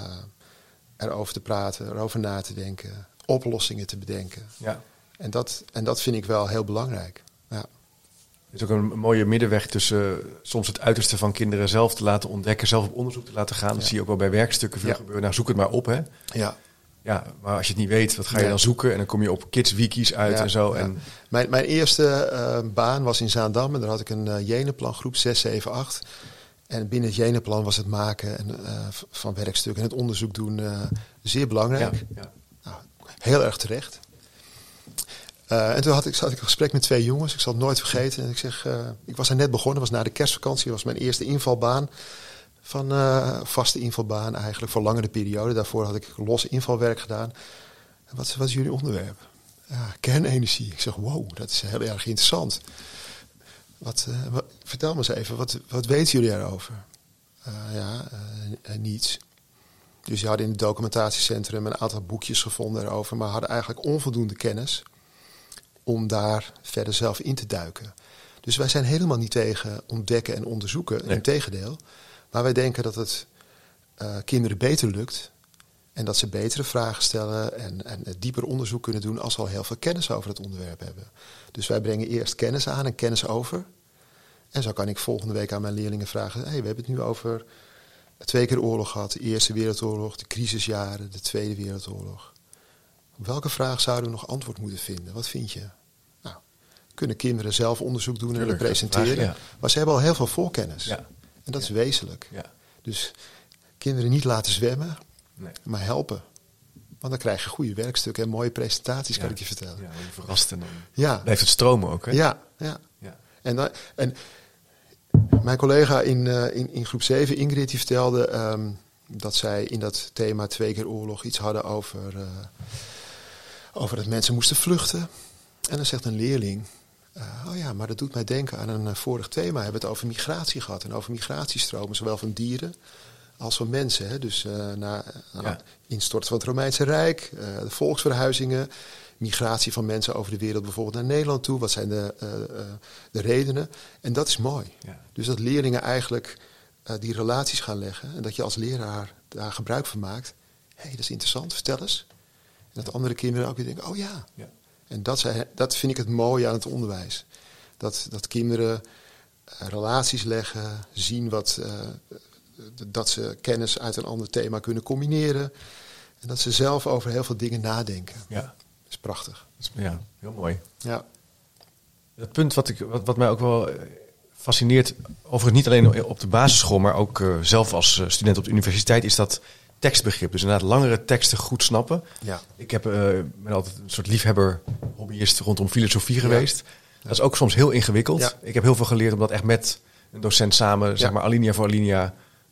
erover te praten, erover na te denken, oplossingen te bedenken. Ja. En, dat, en dat vind ik wel heel belangrijk. Ja. Het is ook een mooie middenweg tussen uh, soms het uiterste van kinderen zelf te laten ontdekken, zelf op onderzoek te laten gaan. Dat ja. zie je ook wel bij werkstukken veel ja. gebeuren. Nou, zoek het maar op, hè. Ja. Ja, maar als je het niet weet, wat ga je ja. dan zoeken? En dan kom je op kidswikis uit ja, en zo. Ja. En mijn, mijn eerste uh, baan was in Zaandam en daar had ik een uh, Jenaplan groep zes, zeven, acht. En binnen het Jenaplan was het maken en, uh, van werkstukken en het onderzoek doen uh, zeer belangrijk. Ja, ja. Nou, heel erg terecht. Uh, en toen had ik, had ik een gesprek met twee jongens, ik zal het nooit vergeten. En ik zeg, uh, ik was er net begonnen, was na de kerstvakantie, was mijn eerste invalbaan. Van uh, vaste invalbaan eigenlijk voor langere periode. Daarvoor had ik los invalwerk gedaan. En wat, wat is jullie onderwerp? Ja, kernenergie. Ik zeg, wow, dat is heel erg interessant. Wat, uh, wat, vertel me eens even, wat, wat weten jullie erover? Uh, ja, uh, uh, niets. Dus je had in het documentatiecentrum een aantal boekjes gevonden erover, maar hadden eigenlijk onvoldoende kennis om daar verder zelf in te duiken. Dus wij zijn helemaal niet tegen ontdekken en onderzoeken. Nee. Integendeel. Maar wij denken dat het uh, kinderen beter lukt en dat ze betere vragen stellen en, en dieper onderzoek kunnen doen als ze al heel veel kennis over het onderwerp hebben. Dus wij brengen eerst kennis aan en kennis over. En zo kan ik volgende week aan mijn leerlingen vragen, hey, we hebben het nu over twee keer oorlog gehad, de Eerste Wereldoorlog, de crisisjaren, de Tweede Wereldoorlog. Op welke vraag zouden we nog antwoord moeten vinden? Wat vind je? Nou, kunnen kinderen zelf onderzoek doen Tuurlijk, en dat presenteren. Vraag, ja. Maar ze hebben al heel veel voorkennis. Ja. En dat is ja. wezenlijk. Ja. Dus kinderen niet laten zwemmen, nee. maar helpen. Want dan krijg je goede werkstukken en mooie presentaties, ja. kan ik je vertellen. Ja, je verrast en dan ja. blijft het stromen ook. Hè? Ja, ja. ja. En, dan, en mijn collega in, uh, in, in groep zeven, Ingrid, die vertelde um, dat zij in dat thema twee keer oorlog iets hadden over, uh, over dat mensen moesten vluchten. En dan zegt een leerling, Uh, oh ja, maar dat doet mij denken aan een uh, vorig thema. We hebben het over migratie gehad en over migratiestromen, zowel van dieren als van mensen. Hè. Dus uh, na uh, ja. instorten van het Romeinse Rijk, uh, de volksverhuizingen, migratie van mensen over de wereld bijvoorbeeld naar Nederland toe. Wat zijn de, uh, uh, de redenen? En dat is mooi. Ja. Dus dat leerlingen eigenlijk uh, die relaties gaan leggen en dat je als leraar daar gebruik van maakt. Hé, hey, dat is interessant, vertel eens. En dat andere kinderen ook weer denken, oh ja. ja. En dat, zijn, dat vind ik het mooie aan het onderwijs. Dat, dat kinderen uh, relaties leggen, zien wat, uh, dat ze kennis uit een ander thema kunnen combineren. En dat ze zelf over heel veel dingen nadenken. Ja. Dat is prachtig. Ja, heel mooi. Ja. Het punt wat, ik, wat, wat mij ook wel fascineert, overigens niet alleen op de basisschool, maar ook uh, zelf als student op de universiteit, is dat tekstbegrip. Dus inderdaad langere teksten goed snappen. Ja. Ik heb, uh, ben altijd een soort liefhebber, hobbyist rondom filosofie geweest. Ja. Dat is ook soms heel ingewikkeld. Ja. Ik heb heel veel geleerd om dat echt met een docent samen, zeg ja. maar alinea voor alinea,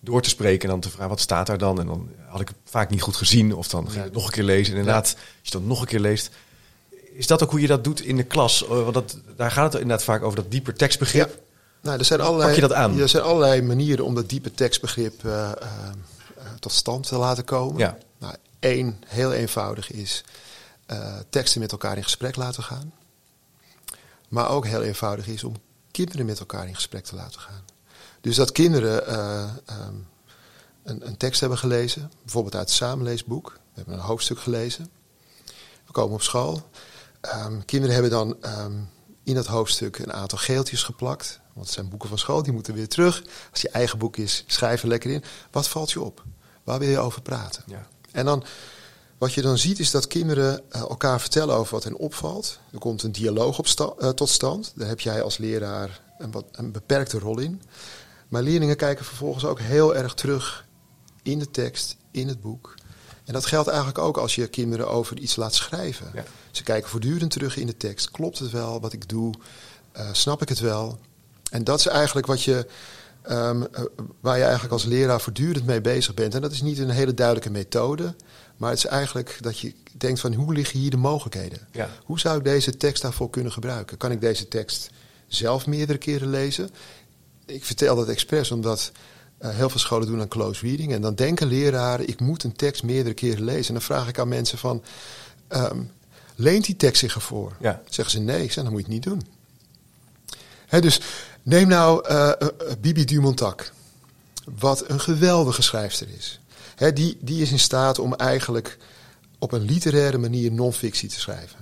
door te spreken en dan te vragen, wat staat daar dan? En dan had ik het vaak niet goed gezien of dan ging ik het nog een keer lezen. En inderdaad, ja. als je dan nog een keer leest, is dat ook hoe je dat doet in de klas? Want dat, daar gaat het inderdaad vaak over dat dieper tekstbegrip. Ja. Nou, er zijn allerlei, Pak je dat aan? Er zijn allerlei manieren om dat diepe tekstbegrip uh, uh, uh, tot stand te laten komen. Ja. Nou, één, heel eenvoudig is uh, teksten met elkaar in gesprek laten gaan. Maar ook heel eenvoudig is om kinderen met elkaar in gesprek te laten gaan. Dus dat kinderen uh, um, een, een tekst hebben gelezen, bijvoorbeeld uit het samenleesboek. We hebben een hoofdstuk gelezen. We komen op school. Um, kinderen hebben dan um, in dat hoofdstuk een aantal geeltjes geplakt. Want het zijn boeken van school, die moeten weer terug. Als je eigen boek is, schrijf er lekker in. Wat valt je op? Waar wil je over praten? Ja. En dan, wat je dan ziet is dat kinderen uh, elkaar vertellen over wat hen opvalt. Er komt een dialoog op sta- uh, tot stand. Daar heb jij als leraar een, wat, een beperkte rol in. Maar leerlingen kijken vervolgens ook heel erg terug in de tekst, in het boek. En dat geldt eigenlijk ook als je kinderen over iets laat schrijven. Ja. Ze kijken voortdurend terug in de tekst. Klopt het wel wat ik doe? Uh, snap ik het wel? En dat is eigenlijk wat je, um, uh, waar je eigenlijk als leraar voortdurend mee bezig bent. En dat is niet een hele duidelijke methode. Maar het is eigenlijk dat je denkt van hoe liggen hier de mogelijkheden? Ja. Hoe zou ik deze tekst daarvoor kunnen gebruiken? Kan ik deze tekst zelf meerdere keren lezen? Ik vertel dat expres omdat uh, heel veel scholen doen aan close reading. En dan denken leraren, ik moet een tekst meerdere keren lezen. En dan vraag ik aan mensen van, um, leent die tekst zich ervoor? Ja. Zeggen ze nee, ik zeg, dan moet je het niet doen. He, dus neem nou uh, uh, Bibi Dumontac, wat een geweldige schrijfster is. He, die, die is in staat om eigenlijk op een literaire manier non-fictie te schrijven.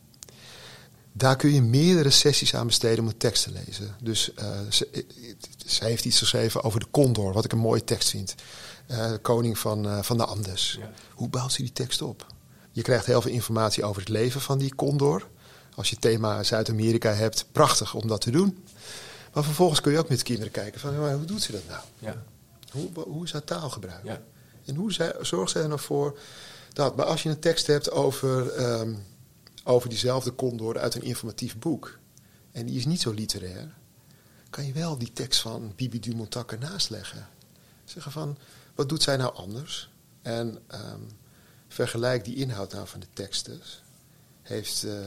Daar kun je meerdere sessies aan besteden om een tekst te lezen. Dus uh, ze, ze heeft iets geschreven over de condor, wat ik een mooie tekst vind. Uh, de koning van, uh, van de Andes. Ja. Hoe bouwt ze die tekst op? Je krijgt heel veel informatie over het leven van die condor. Als je het thema Zuid-Amerika hebt, prachtig om dat te doen. Maar vervolgens kun je ook met kinderen kijken van, maar hoe doet ze dat nou? Ja. Hoe, hoe is haar taalgebruik? Ja. En hoe zij, zorgt zij er nou voor dat, maar als je een tekst hebt over, um, over diezelfde condor uit een informatief boek, en die is niet zo literair, kan je wel die tekst van Bibi Dumontac ernaast leggen. Zeggen van, wat doet zij nou anders? En um, vergelijk die inhoud nou van de teksten. Heeft... Uh,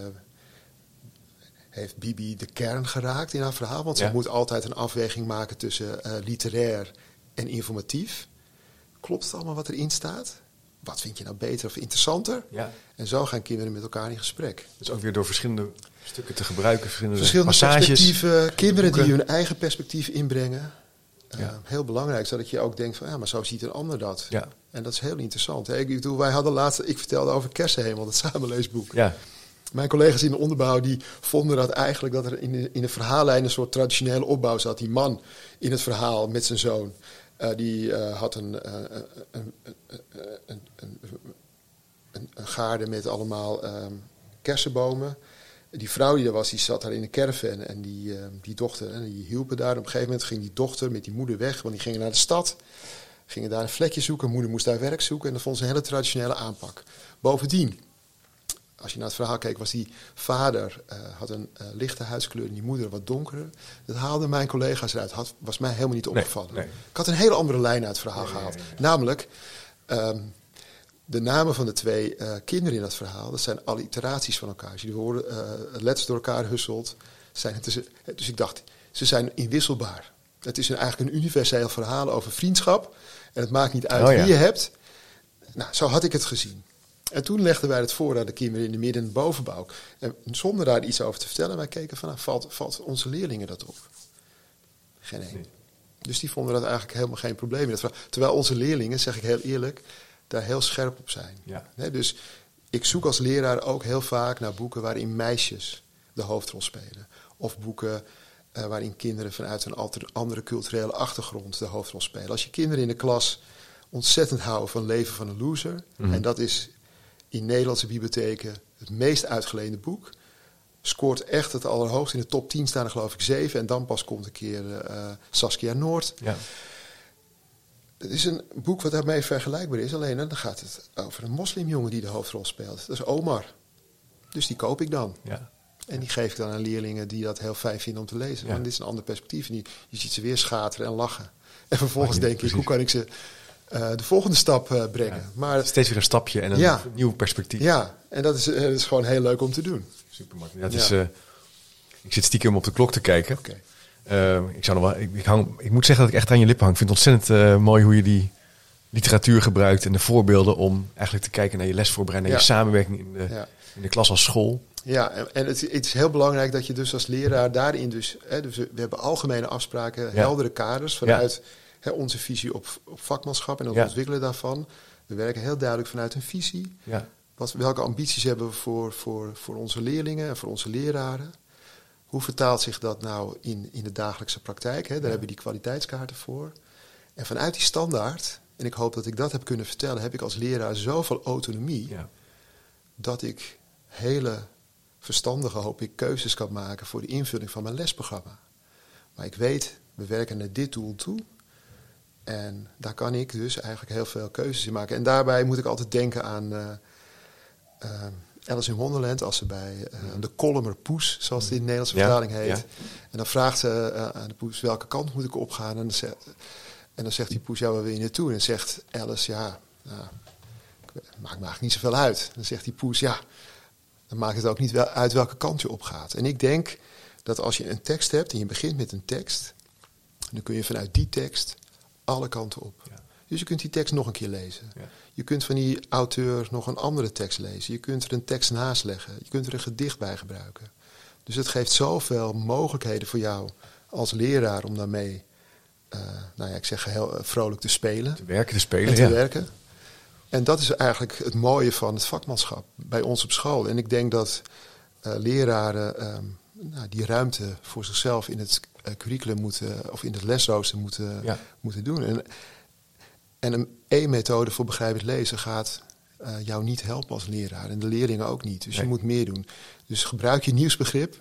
Heeft Bibi de kern geraakt in haar verhaal? Want ja. ze moet altijd een afweging maken tussen uh, literair en informatief. Klopt het allemaal wat erin staat? Wat vind je nou beter of interessanter? Ja. En zo gaan kinderen met elkaar in gesprek. Dus ook weer door verschillende stukken te gebruiken. Verschillende, verschillende passages, perspectieven. Kinderen boeken. Die hun eigen perspectief inbrengen. Uh, ja. Heel belangrijk, zodat je ook denkt van, ja, maar zo ziet een ander dat. Ja. En dat is heel interessant. Hè? Ik bedoel, wij hadden laatst, ik vertelde over Kersenhemel, het samenleesboek. Ja. Mijn collega's in de onderbouw die vonden dat eigenlijk dat er in de, in de verhaallijn een soort traditionele opbouw zat. Die man in het verhaal met zijn zoon, uh, die uh, had een, uh, een, een, een, een, een, een gaarde met allemaal um, kersenbomen. Die vrouw die er was, die zat daar in een caravan en die, uh, die dochter, en die hielpen daar. Op een gegeven moment ging die dochter met die moeder weg, want die gingen naar de stad. Gingen daar een vlekje zoeken, moeder moest daar werk zoeken en dat vond ze een hele traditionele aanpak. Bovendien, als je naar het verhaal keek, was die vader, uh, had een uh, lichte huidskleur en die moeder wat donkerder. Dat haalden mijn collega's eruit. Had, was mij helemaal niet opgevallen. Nee, nee. Ik had een hele andere lijn uit het verhaal nee, gehaald. Nee, nee, nee. Namelijk, um, de namen van de twee uh, kinderen in dat verhaal, dat zijn alliteraties van elkaar. Als je die woorden uh, letters door elkaar husselt, zijn het dus, dus ik dacht, ze zijn inwisselbaar. Het is een, eigenlijk een universeel verhaal over vriendschap. En het maakt niet uit oh, wie ja. je hebt. Nou, zo had ik het gezien. En toen legden wij het voor aan de kinderen in de midden- en bovenbouw. En zonder daar iets over te vertellen, wij keken van, nou, valt, valt onze leerlingen dat op? Geen één. Nee. Dus die vonden dat eigenlijk helemaal geen probleem. In dat terwijl onze leerlingen, zeg ik heel eerlijk, daar heel scherp op zijn. Ja. He, dus ik zoek als leraar ook heel vaak naar boeken waarin meisjes de hoofdrol spelen. Of boeken uh, waarin kinderen vanuit een alter, andere culturele achtergrond de hoofdrol spelen. Als je kinderen in de klas ontzettend houden van Leven van een Loser, mm-hmm. en dat is in Nederlandse bibliotheken het meest uitgeleende boek. Scoort echt het allerhoogst. In de top tien staan er geloof ik zeven. En dan pas komt een keer uh, Saskia Noord. Ja. Het is een boek wat daarmee vergelijkbaar is. Alleen dan gaat het over een moslimjongen die de hoofdrol speelt. Dat is Omar. Dus die koop ik dan. Ja. En die geef ik dan aan leerlingen die dat heel fijn vinden om te lezen. Ja. Want dit is een ander perspectief. En die, je ziet ze weer schateren en lachen. En vervolgens denk precies. ik, hoe kan ik ze uh, de volgende stap uh, brengen? Ja. Maar, Steeds weer een stapje en een ja. nieuw perspectief. Ja, en dat is, uh, dat is gewoon heel leuk om te doen. Super, Martin. Ja, het Ja. is, uh, ik zit stiekem op de klok te kijken. Okay. Uh, ik, zou nog wel, ik, ik, hang, ik moet zeggen dat ik echt aan je lippen hang. Ik vind het ontzettend uh, mooi hoe je die literatuur gebruikt en de voorbeelden om eigenlijk te kijken naar je lesvoorbereiding, naar ja. je samenwerking in de, ja. in de klas als school. Ja, en, en het, het is heel belangrijk dat je dus als leraar daarin dus... Hè, dus we hebben algemene afspraken, ja. heldere kaders vanuit ja. hè, onze visie op, op vakmanschap en het ja. ontwikkelen daarvan. We werken heel duidelijk vanuit een visie. Ja. Wat, welke ambities hebben we voor, voor, voor onze leerlingen en voor onze leraren? Hoe vertaalt zich dat nou in, in de dagelijkse praktijk? Hè? Daar ja. hebben we die kwaliteitskaarten voor. En vanuit die standaard, en ik hoop dat ik dat heb kunnen vertellen, heb ik als leraar zoveel autonomie ja. dat ik hele verstandige, hoop ik, keuzes kan maken voor de invulling van mijn lesprogramma. Maar ik weet, we werken naar dit doel toe. En daar kan ik dus eigenlijk heel veel keuzes in maken. En daarbij moet ik altijd denken aan uh, uh, Alice in Wonderland, als ze bij uh, de Kolmer poes, zoals het in de Nederlandse ja, vertaling heet. Ja. En dan vraagt ze uh, aan de poes, welke kant moet ik opgaan? En dan, zegt, en dan zegt die poes, ja, waar wil je naartoe? En dan zegt Alice, ja, nou, maakt me eigenlijk niet zoveel uit. Dan zegt die poes, ja, dan maakt het ook niet wel uit welke kant je opgaat. En ik denk dat als je een tekst hebt en je begint met een tekst, dan kun je vanuit die tekst alle kanten op. Ja. Dus je kunt die tekst nog een keer lezen. Ja. Je kunt van die auteur nog een andere tekst lezen. Je kunt er een tekst naast leggen. Je kunt er een gedicht bij gebruiken. Dus het geeft zoveel mogelijkheden voor jou als leraar om daarmee, uh, nou ja, ik zeg heel vrolijk te spelen. Te werken, te spelen, en te ja. werken. En dat is eigenlijk het mooie van het vakmanschap bij ons op school. En ik denk dat uh, leraren um, nou, die ruimte voor zichzelf in het uh, curriculum moeten, of in het lesrooster moeten, ja. moeten doen. En, en een E-methode voor begrijpend lezen gaat uh, jou niet helpen als leraar. En de leerlingen ook niet. Dus nee. je moet meer doen. Dus gebruik je nieuwsbegrip,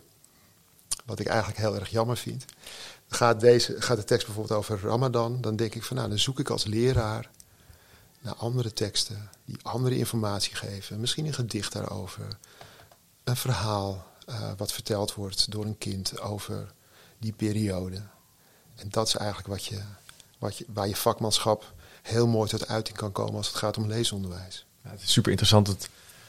wat ik eigenlijk heel erg jammer vind. Gaat, deze, gaat de tekst bijvoorbeeld over Ramadan, dan denk ik van nou, dan zoek ik als leraar naar andere teksten die andere informatie geven. Misschien een gedicht daarover. Een verhaal uh, wat verteld wordt door een kind over die periode. En dat is eigenlijk wat je, wat je, waar je vakmanschap heel mooi tot uiting kan komen als het gaat om leesonderwijs. Ja, het is super interessant. Het,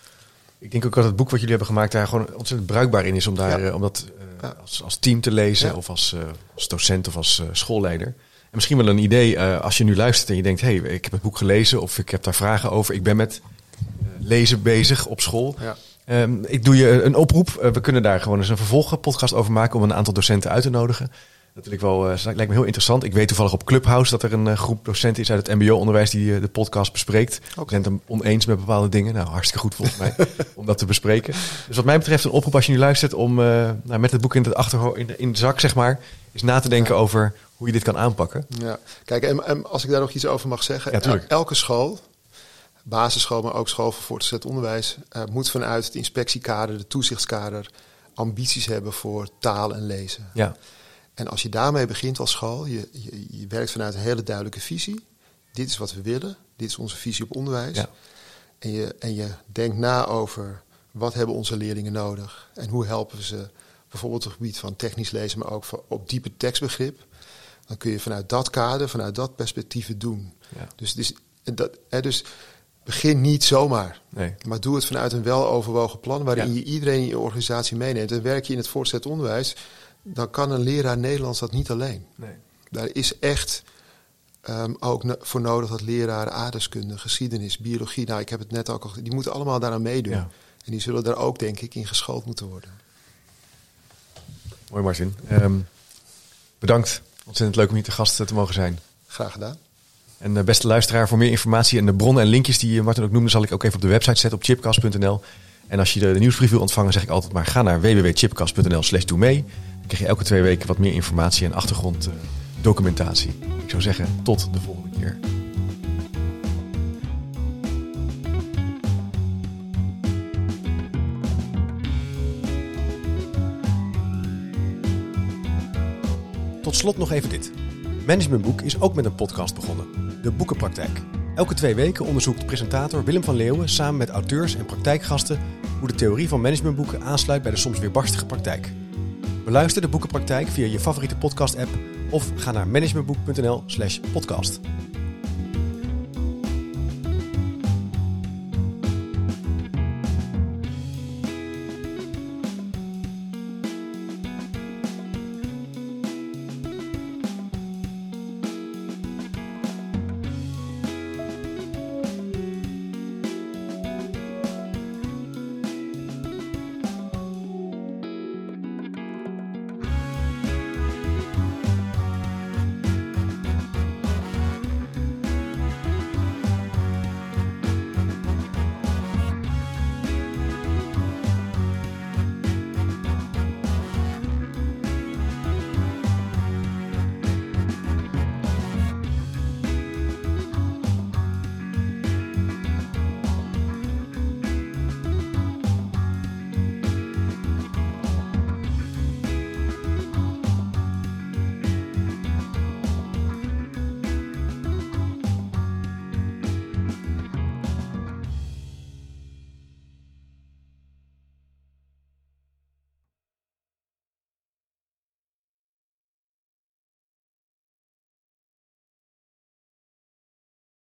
ik denk ook dat het boek wat jullie hebben gemaakt daar gewoon ontzettend bruikbaar in is om, daar, ja. uh, om dat uh, ja. als, als team te lezen ja. of als, uh, als docent of als uh, schoolleider. En misschien wel een idee uh, als je nu luistert en je denkt, hé, hey, ik heb het boek gelezen of ik heb daar vragen over. Ik ben met uh, lezen bezig op school. Ja. Um, ik doe je een oproep. Uh, we kunnen daar gewoon eens een vervolgpodcast over maken om een aantal docenten uit te nodigen. Dat wil ik wel, uh, lijkt me heel interessant. Ik weet toevallig op Clubhouse dat er een uh, groep docenten is uit het mbo-onderwijs die uh, de podcast bespreekt. Okay. We zijn het oneens met bepaalde dingen. Nou, hartstikke goed volgens mij om dat te bespreken. Dus wat mij betreft een oproep als je nu luistert om uh, nou, met het boek in, het achterho- in, de, in de zak, zeg maar, eens na te denken ja. over hoe je dit kan aanpakken. Ja, kijk, en, en als ik daar nog iets over mag zeggen. Ja, el- elke school, basisschool, maar ook school voor voortgezet onderwijs, uh, moet vanuit het inspectiekader, de toezichtskader, ambities hebben voor taal en lezen. Ja. En als je daarmee begint als school, je, je, je werkt vanuit een hele duidelijke visie. Dit is wat we willen, dit is onze visie op onderwijs. Ja. En, je, en je denkt na over wat hebben onze leerlingen nodig en hoe helpen we ze bijvoorbeeld op het gebied van technisch lezen, maar ook op diepe tekstbegrip. Dan kun je vanuit dat kader, vanuit dat perspectief het doen. Ja. Dus, dus, dat, hè, dus begin niet zomaar, nee. maar doe het vanuit een weloverwogen plan waarin ja. je iedereen in je organisatie meeneemt. En werk je in het voortgezet onderwijs, dan kan een leraar Nederlands dat niet alleen. Nee. Daar is echt um, ook no- voor nodig dat leraren aardrijkskunde, geschiedenis, biologie, nou ik heb het net ook al, die moeten allemaal daaraan meedoen. Ja. En die zullen daar ook, denk ik, in geschoold moeten worden. Mooi, Martin. Um, bedankt. Ontzettend leuk om hier te gast te mogen zijn. Graag gedaan. En uh, beste luisteraar, voor meer informatie en de bronnen en linkjes die Martin ook noemde, zal ik ook even op de website zetten op chipcast punt n l. En als je de, de nieuwsbrief wil ontvangen, zeg ik altijd maar ga naar w w w punt chipcast punt n l slash doe mee. Dan krijg je elke twee weken wat meer informatie en achtergronddocumentatie. Uh, ik zou zeggen, tot de volgende keer. Tot slot nog even dit. Managementboek is ook met een podcast begonnen. De Boekenpraktijk. Elke twee weken onderzoekt presentator Willem van Leeuwen samen met auteurs en praktijkgasten hoe de theorie van managementboeken aansluit bij de soms weerbarstige praktijk. Beluister de Boekenpraktijk via je favoriete podcast-app of ga naar managementboek punt n l slash podcast.